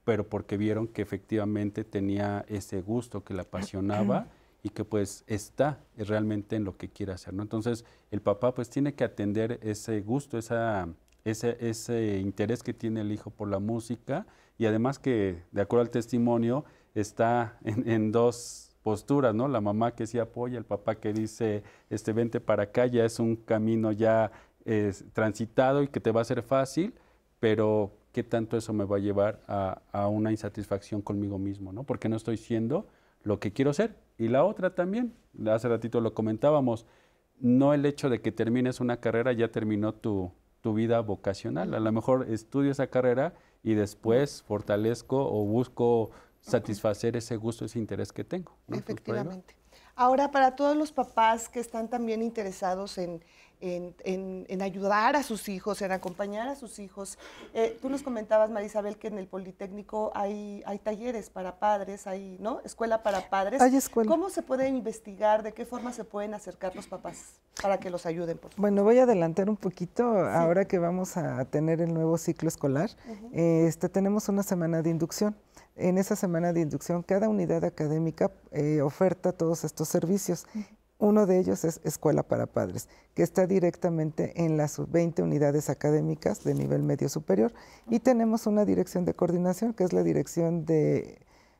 pero porque vieron que efectivamente tenía ese gusto que le apasionaba y que pues está realmente en lo que quiere hacer, ¿no? Entonces, el papá pues tiene que atender ese gusto, ese interés que tiene el hijo por la música, y además que, de acuerdo al testimonio, está en dos posturas, ¿no? La mamá que sí apoya, el papá que dice, vente para acá, ya es un camino ya transitado y que te va a ser fácil, pero ¿qué tanto eso me va a llevar a una insatisfacción conmigo mismo, ¿no? Porque no estoy siendo lo que quiero ser. Y la otra también, hace ratito lo comentábamos, no el hecho de que termines una carrera ya terminó tu vida vocacional. A lo mejor estudio esa carrera y después fortalezco o busco satisfacer ese gusto, ese interés que tengo, ¿no? Efectivamente. Ahora, para todos los papás que están también interesados en ayudar a sus hijos, en acompañar a sus hijos, tú nos comentabas, María Isabel, que en el Politécnico hay talleres para padres, hay, ¿no? Escuela para padres. Hay escuela. ¿Cómo se puede investigar? ¿De qué forma se pueden acercar los papás para que los ayuden, por favor? Bueno, voy a adelantar un poquito, ahora que vamos a tener el nuevo ciclo escolar. Tenemos una semana de inducción. En esa semana de inducción, cada unidad académica oferta todos estos servicios. Uno de ellos es Escuela para Padres, que está directamente en las 20 unidades académicas de nivel medio superior. Y tenemos una dirección de coordinación, que es la dirección de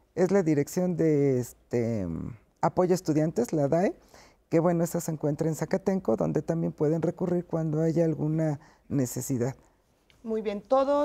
apoyo a estudiantes, la DAE, que bueno, esa se encuentra en Zacatenco, donde también pueden recurrir cuando haya alguna necesidad. Muy bien,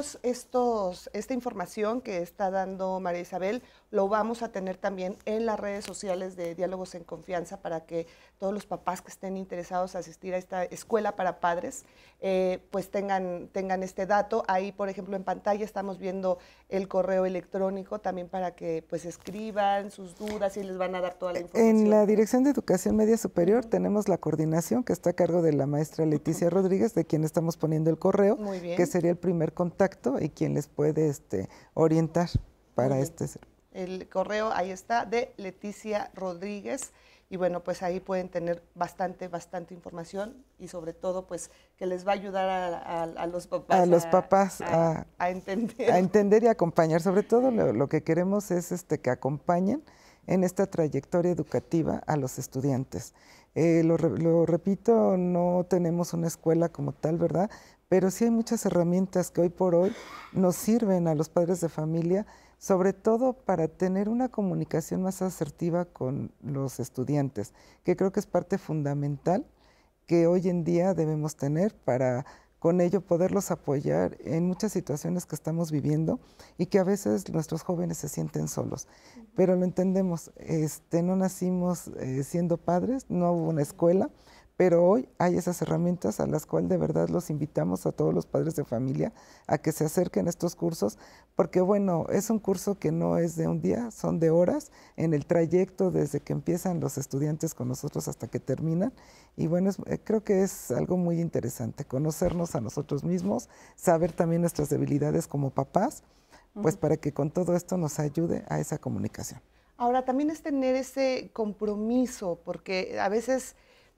esta información que está dando María Isabel lo vamos a tener también en las redes sociales de Diálogos en Confianza para que todos los papás que estén interesados en asistir a esta escuela para padres pues tengan este dato. Ahí, por ejemplo, en pantalla estamos viendo el correo electrónico también para que pues escriban sus dudas y les van a dar toda la información. En la Dirección de Educación Media Superior tenemos la coordinación que está a cargo de la maestra Leticia Rodríguez, de quien estamos poniendo el correo, que sería el primer contacto y quien les puede orientar para El correo ahí está, de Leticia Rodríguez, y bueno, pues ahí pueden tener bastante información y sobre todo pues que les va a ayudar a los papás. A los papás a entender. A entender y acompañar. Sobre todo lo que queremos es que acompañen en esta trayectoria educativa a los estudiantes. Lo repito, no tenemos una escuela como tal, ¿verdad? Pero sí hay muchas herramientas que hoy por hoy nos sirven a los padres de familia, sobre todo para tener una comunicación más asertiva con los estudiantes, que creo que es parte fundamental que hoy en día debemos tener para con ello poderlos apoyar en muchas situaciones que estamos viviendo y que a veces nuestros jóvenes se sienten solos. Pero lo entendemos, no nacimos siendo padres, no hubo una escuela, pero hoy hay esas herramientas a las cuales de verdad los invitamos a todos los padres de familia a que se acerquen a estos cursos, porque bueno, es un curso que no es de un día, son de horas en el trayecto desde que empiezan los estudiantes con nosotros hasta que terminan. Y bueno, creo que es algo muy interesante, conocernos a nosotros mismos, saber también nuestras debilidades como papás, pues para que con todo esto nos ayude a esa comunicación. Ahora, también es tener ese compromiso, porque a veces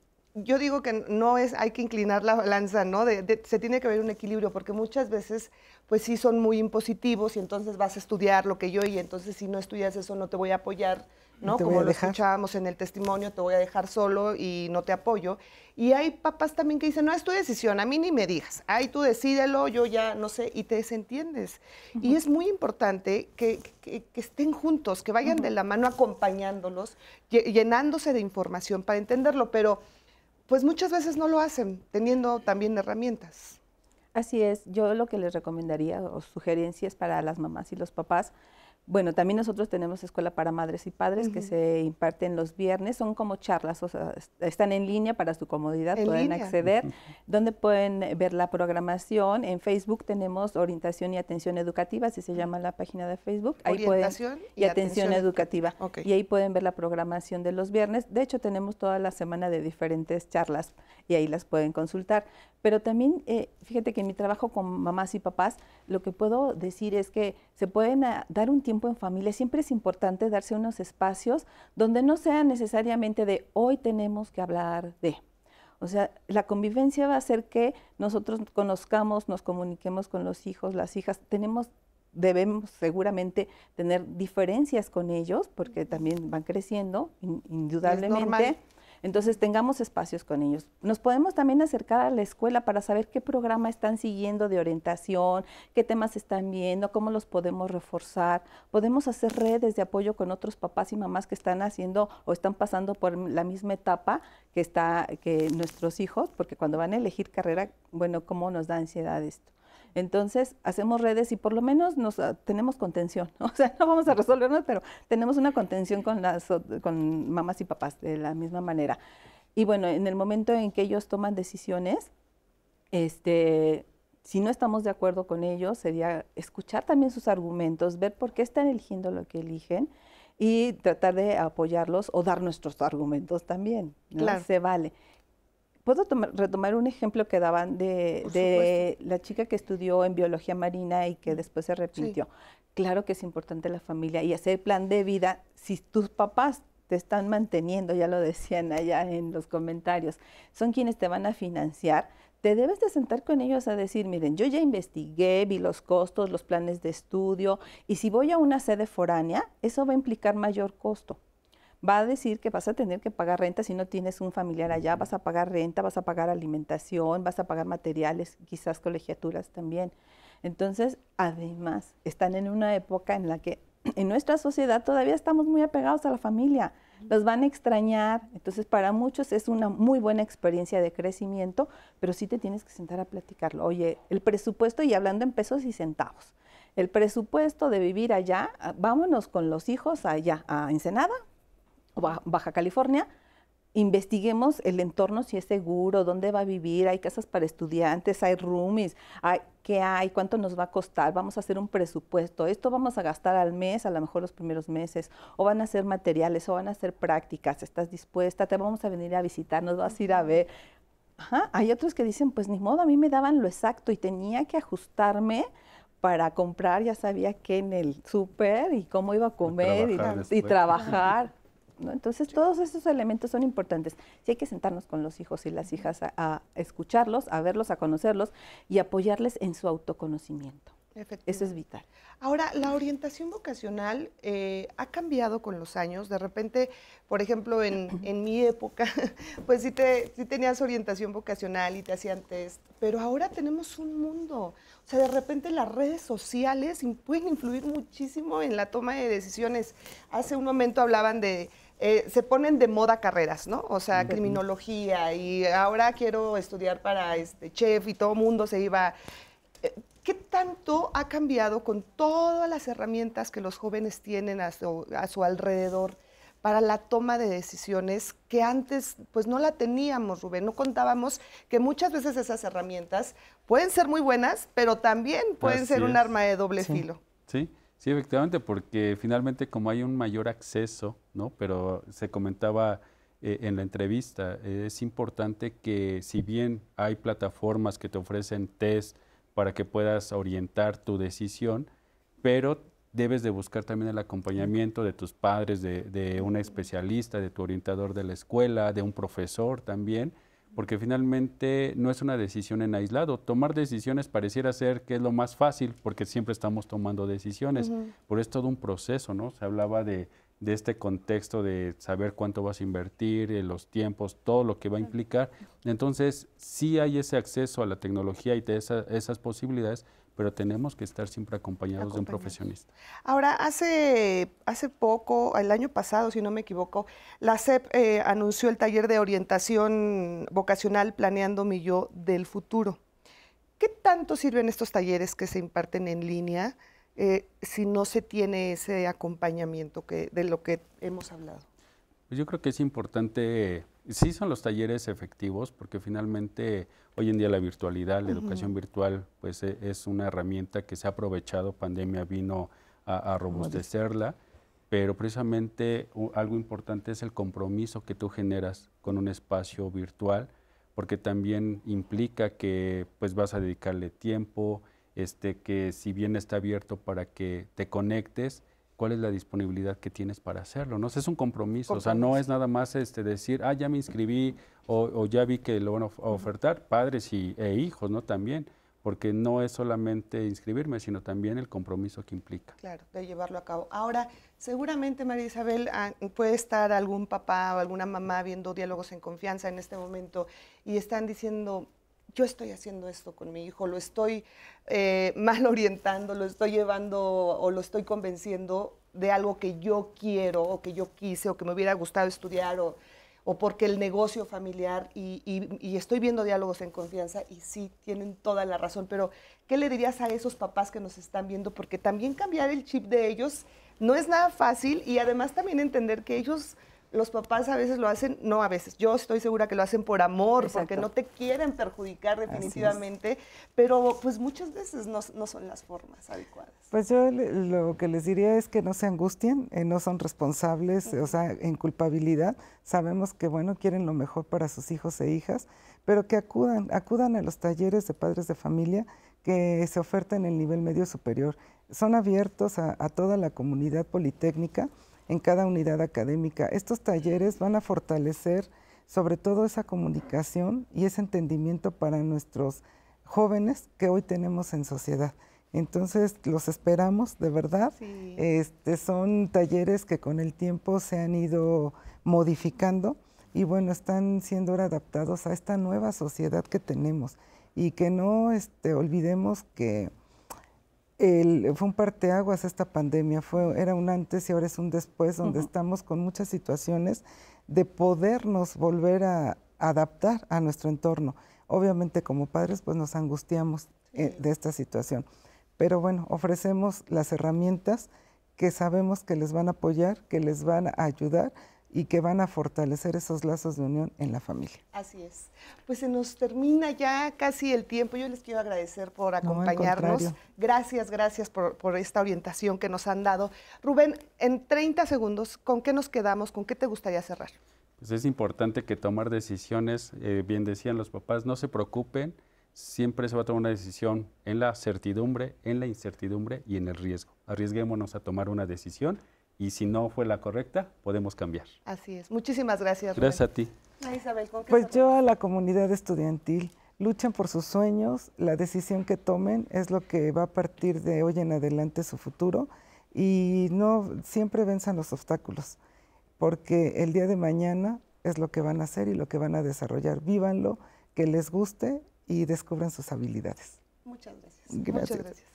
yo digo que hay que inclinar la balanza, ¿no? Se tiene que ver un equilibrio, porque muchas veces, pues sí son muy impositivos y entonces vas a estudiar lo que yo y entonces si no estudias eso no te voy a apoyar, ¿no? Como lo escuchábamos en el testimonio, te voy a dejar solo y no te apoyo. Y hay papás también que dicen, no, es tu decisión, a mí ni me digas, ay, tú decídelo, yo ya no sé, y te desentiendes. Y es muy importante que estén juntos, que vayan de la mano acompañándolos, llenándose de información para entenderlo, pero pues muchas veces no lo hacen, teniendo también herramientas. Así es, yo lo que les recomendaría o sugerencias para las mamás y los papás, bueno, también nosotros tenemos escuela para madres y padres que se imparten los viernes, son como charlas, o sea, están en línea para su comodidad, pueden acceder, donde pueden ver la programación. En Facebook tenemos Orientación y Atención Educativa, así se llama la página de Facebook. Orientación y Atención Educativa. Y ahí pueden ver la programación de los viernes. De hecho, tenemos toda la semana de diferentes charlas y ahí las pueden consultar. Pero también, fíjate que en mi trabajo con mamás y papás, lo que puedo decir es que se pueden dar un tiempo en familia. Siempre es importante darse unos espacios donde no sea necesariamente de hoy tenemos que hablar de. O sea, la convivencia va a hacer que nosotros conozcamos, nos comuniquemos con los hijos, las hijas. Tenemos debemos seguramente tener diferencias con ellos porque también van creciendo, indudablemente. Entonces tengamos espacios con ellos. Nos podemos también acercar a la escuela para saber qué programa están siguiendo de orientación, qué temas están viendo, cómo los podemos reforzar. Podemos hacer redes de apoyo con otros papás y mamás que están haciendo o están pasando por la misma etapa que nuestros hijos, porque cuando van a elegir carrera, bueno, cómo nos da ansiedad esto. Entonces, hacemos redes y por lo menos tenemos contención, ¿no? O sea, no vamos a resolvernos, pero tenemos una contención con mamás y papás de la misma manera. Y bueno, en el momento en que ellos toman decisiones, si no estamos de acuerdo con ellos, sería escuchar también sus argumentos, ver por qué están eligiendo lo que eligen y tratar de apoyarlos o dar nuestros argumentos también, ¿no? Claro. Se vale. ¿Puedo retomar un ejemplo que daban de la chica que estudió en biología marina y que después se arrepintió? Sí. Claro que es importante la familia y hacer plan de vida. Si tus papás te están manteniendo, ya lo decían allá en los comentarios, son quienes te van a financiar, te debes de sentar con ellos a decir, miren, yo ya investigué, vi los costos, los planes de estudio, y si voy a una sede foránea, eso va a implicar mayor costo. Va a decir que vas a tener que pagar renta si no tienes un familiar allá, vas a pagar renta, vas a pagar alimentación, vas a pagar materiales, quizás colegiaturas también. Entonces, además, están en una época en la que en nuestra sociedad todavía estamos muy apegados a la familia, los van a extrañar, entonces para muchos es una muy buena experiencia de crecimiento, pero sí te tienes que sentar a platicarlo. Oye, el presupuesto, y hablando en pesos y centavos, el presupuesto de vivir allá, vámonos con los hijos allá, a Ensenada, Baja California, investiguemos el entorno, si es seguro, dónde va a vivir, hay casas para estudiantes, hay roomies, qué hay, cuánto nos va a costar, vamos a hacer un presupuesto, esto vamos a gastar al mes, a lo mejor los primeros meses, o van a ser materiales, o van a ser prácticas, ¿estás dispuesta? Te vamos a venir a visitar, nos vas a ir a ver. Ajá. Hay otros que dicen, pues ni modo, a mí me daban lo exacto y tenía que ajustarme para comprar, ya sabía qué en el súper y cómo iba a comer y trabajar. ¿no? Entonces, todos esos elementos son importantes. Sí hay que sentarnos con los hijos y las hijas a escucharlos, a verlos, a conocerlos y apoyarles en su autoconocimiento. Eso es vital. Ahora, la orientación vocacional ha cambiado con los años. De repente, por ejemplo, en mi época, pues sí tenías orientación vocacional y te hacían test, pero ahora tenemos un mundo. O sea, de repente las redes sociales pueden influir muchísimo en la toma de decisiones. Hace un momento hablaban de, se ponen de moda carreras, ¿no? O sea, criminología, y ahora quiero estudiar para chef, y todo el mundo se iba... ¿Qué tanto ha cambiado con todas las herramientas que los jóvenes tienen a su alrededor para la toma de decisiones que antes pues no la teníamos, Rubén? No contábamos que muchas veces esas herramientas pueden ser muy buenas, pero también pueden ser un arma de doble filo. Sí, efectivamente, porque finalmente como hay un mayor acceso, ¿no? Pero se comentaba en la entrevista, es importante que si bien hay plataformas que te ofrecen test para que puedas orientar tu decisión, pero debes de buscar también el acompañamiento de tus padres, de un especialista, de tu orientador de la escuela, de un profesor también, porque finalmente no es una decisión en aislado. Tomar decisiones pareciera ser que es lo más fácil, porque siempre estamos tomando decisiones, pero es todo un proceso, ¿no? Se hablaba de este contexto de saber cuánto vas a invertir, los tiempos, todo lo que va a implicar. Entonces, sí hay ese acceso a la tecnología y de esas posibilidades, pero tenemos que estar siempre acompañados de un profesionista. Ahora, hace poco, el año pasado, si no me equivoco, la SEP anunció el taller de orientación vocacional Planeando mi yo del futuro. ¿Qué tanto sirven estos talleres que se imparten en línea si no se tiene ese acompañamiento de lo que hemos hablado? Pues yo creo que es importante, sí son los talleres efectivos, porque finalmente hoy en día la virtualidad, la educación virtual, pues es una herramienta que se ha aprovechado, pandemia vino a robustecerla, pero precisamente algo importante es el compromiso que tú generas con un espacio virtual, porque también implica que pues vas a dedicarle tiempo, que si bien está abierto para que te conectes, ¿cuál es la disponibilidad que tienes para hacerlo? ¿No? Es un compromiso, o sea, no es nada más decir, ya me inscribí o ya vi que lo van a ofertar, padres e hijos, ¿no? También, porque no es solamente inscribirme, sino también el compromiso que implica. Claro, de llevarlo a cabo. Ahora, seguramente, María Isabel, puede estar algún papá o alguna mamá viendo Diálogos en Confianza en este momento y están diciendo, yo estoy haciendo esto con mi hijo, lo estoy mal orientando, lo estoy llevando o lo estoy convenciendo de algo que yo quiero o que yo quise o que me hubiera gustado estudiar o porque el negocio familiar y estoy viendo Diálogos en Confianza y sí, tienen toda la razón, pero ¿qué le dirías a esos papás que nos están viendo? Porque también cambiar el chip de ellos no es nada fácil y además también entender que ellos, los papás a veces lo hacen, no a veces, yo estoy segura que lo hacen por amor, Exacto. porque no te quieren perjudicar definitivamente, pero pues muchas veces no son las formas adecuadas. Pues yo lo que les diría es que no se angustien, no son responsables, o sea, en culpabilidad. Sabemos que, bueno, quieren lo mejor para sus hijos e hijas, pero que acudan a los talleres de padres de familia que se ofertan en el nivel medio superior. Son abiertos a toda la comunidad politécnica, en cada unidad académica. Estos talleres van a fortalecer sobre todo esa comunicación y ese entendimiento para nuestros jóvenes que hoy tenemos en sociedad. Entonces, los esperamos, de verdad. Sí. Son talleres que con el tiempo se han ido modificando y bueno, están siendo ahora adaptados a esta nueva sociedad que tenemos y que no olvidemos que fue un parteaguas esta pandemia, era un antes y ahora es un después, donde estamos con muchas situaciones de podernos volver a adaptar a nuestro entorno. Obviamente como padres pues nos angustiamos de esta situación, pero bueno, ofrecemos las herramientas que sabemos que les van a apoyar, que les van a ayudar y que van a fortalecer esos lazos de unión en la familia. Así es. Pues se nos termina ya casi el tiempo. Yo les quiero agradecer por acompañarnos. No, gracias por esta orientación que nos han dado. Rubén, en 30 segundos, ¿con qué nos quedamos? ¿Con qué te gustaría cerrar? Pues es importante que tomar decisiones, bien decían los papás, no se preocupen, siempre se va a tomar una decisión en la certidumbre, en la incertidumbre y en el riesgo. Arriesguémonos a tomar una decisión y si no fue la correcta, podemos cambiar. Así es. Muchísimas gracias, Rubén. Gracias a ti. Isabel, ¿con qué pues yo a la comunidad estudiantil, luchen por sus sueños, la decisión que tomen es lo que va a partir de hoy en adelante su futuro y no siempre venzan los obstáculos, porque el día de mañana es lo que van a hacer y lo que van a desarrollar. Vívanlo, que les guste y descubran sus habilidades. Muchas gracias. Gracias. Muchas gracias.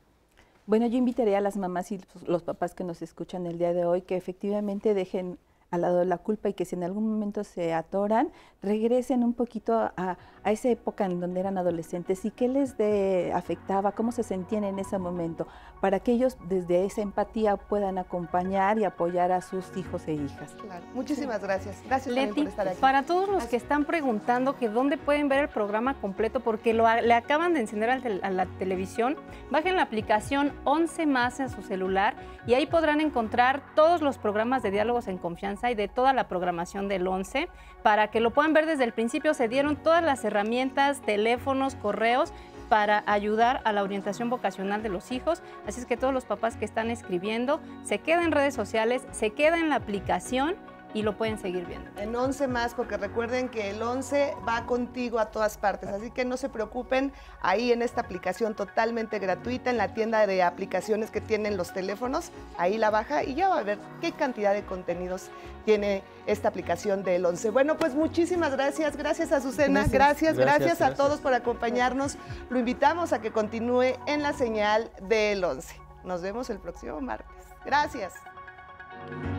Bueno, yo invitaría a las mamás y los papás que nos escuchan el día de hoy que efectivamente dejen al lado la culpa y que si en algún momento se atoran, regresen un poquito a esa época en donde eran adolescentes y qué les afectaba, cómo se sentían en ese momento, para que ellos desde esa empatía puedan acompañar y apoyar a sus hijos e hijas. Claro. Muchísimas gracias. Gracias Leti, por estar aquí. para todos los que están preguntando que dónde pueden ver el programa completo, porque le acaban de encender a la televisión, bajen la aplicación 11 más en su celular y ahí podrán encontrar todos los programas de Diálogos en Confianza y de toda la programación del 11 para que lo puedan ver desde el principio. Se dieron todas las herramientas, teléfonos, correos para ayudar a la orientación vocacional de los hijos. Así es que todos los papás que están escribiendo, se queda en redes sociales, se queda en la aplicación y lo pueden seguir viendo. En 11 más, porque recuerden que el 11 va contigo a todas partes, así que no se preocupen, ahí en esta aplicación totalmente gratuita, en la tienda de aplicaciones que tienen los teléfonos, ahí la baja y ya va a ver qué cantidad de contenidos tiene esta aplicación del 11. Bueno, pues muchísimas gracias, gracias a Azucena, gracias a todos por acompañarnos, lo invitamos a que continúe en la señal del 11. Nos vemos el próximo martes. Gracias.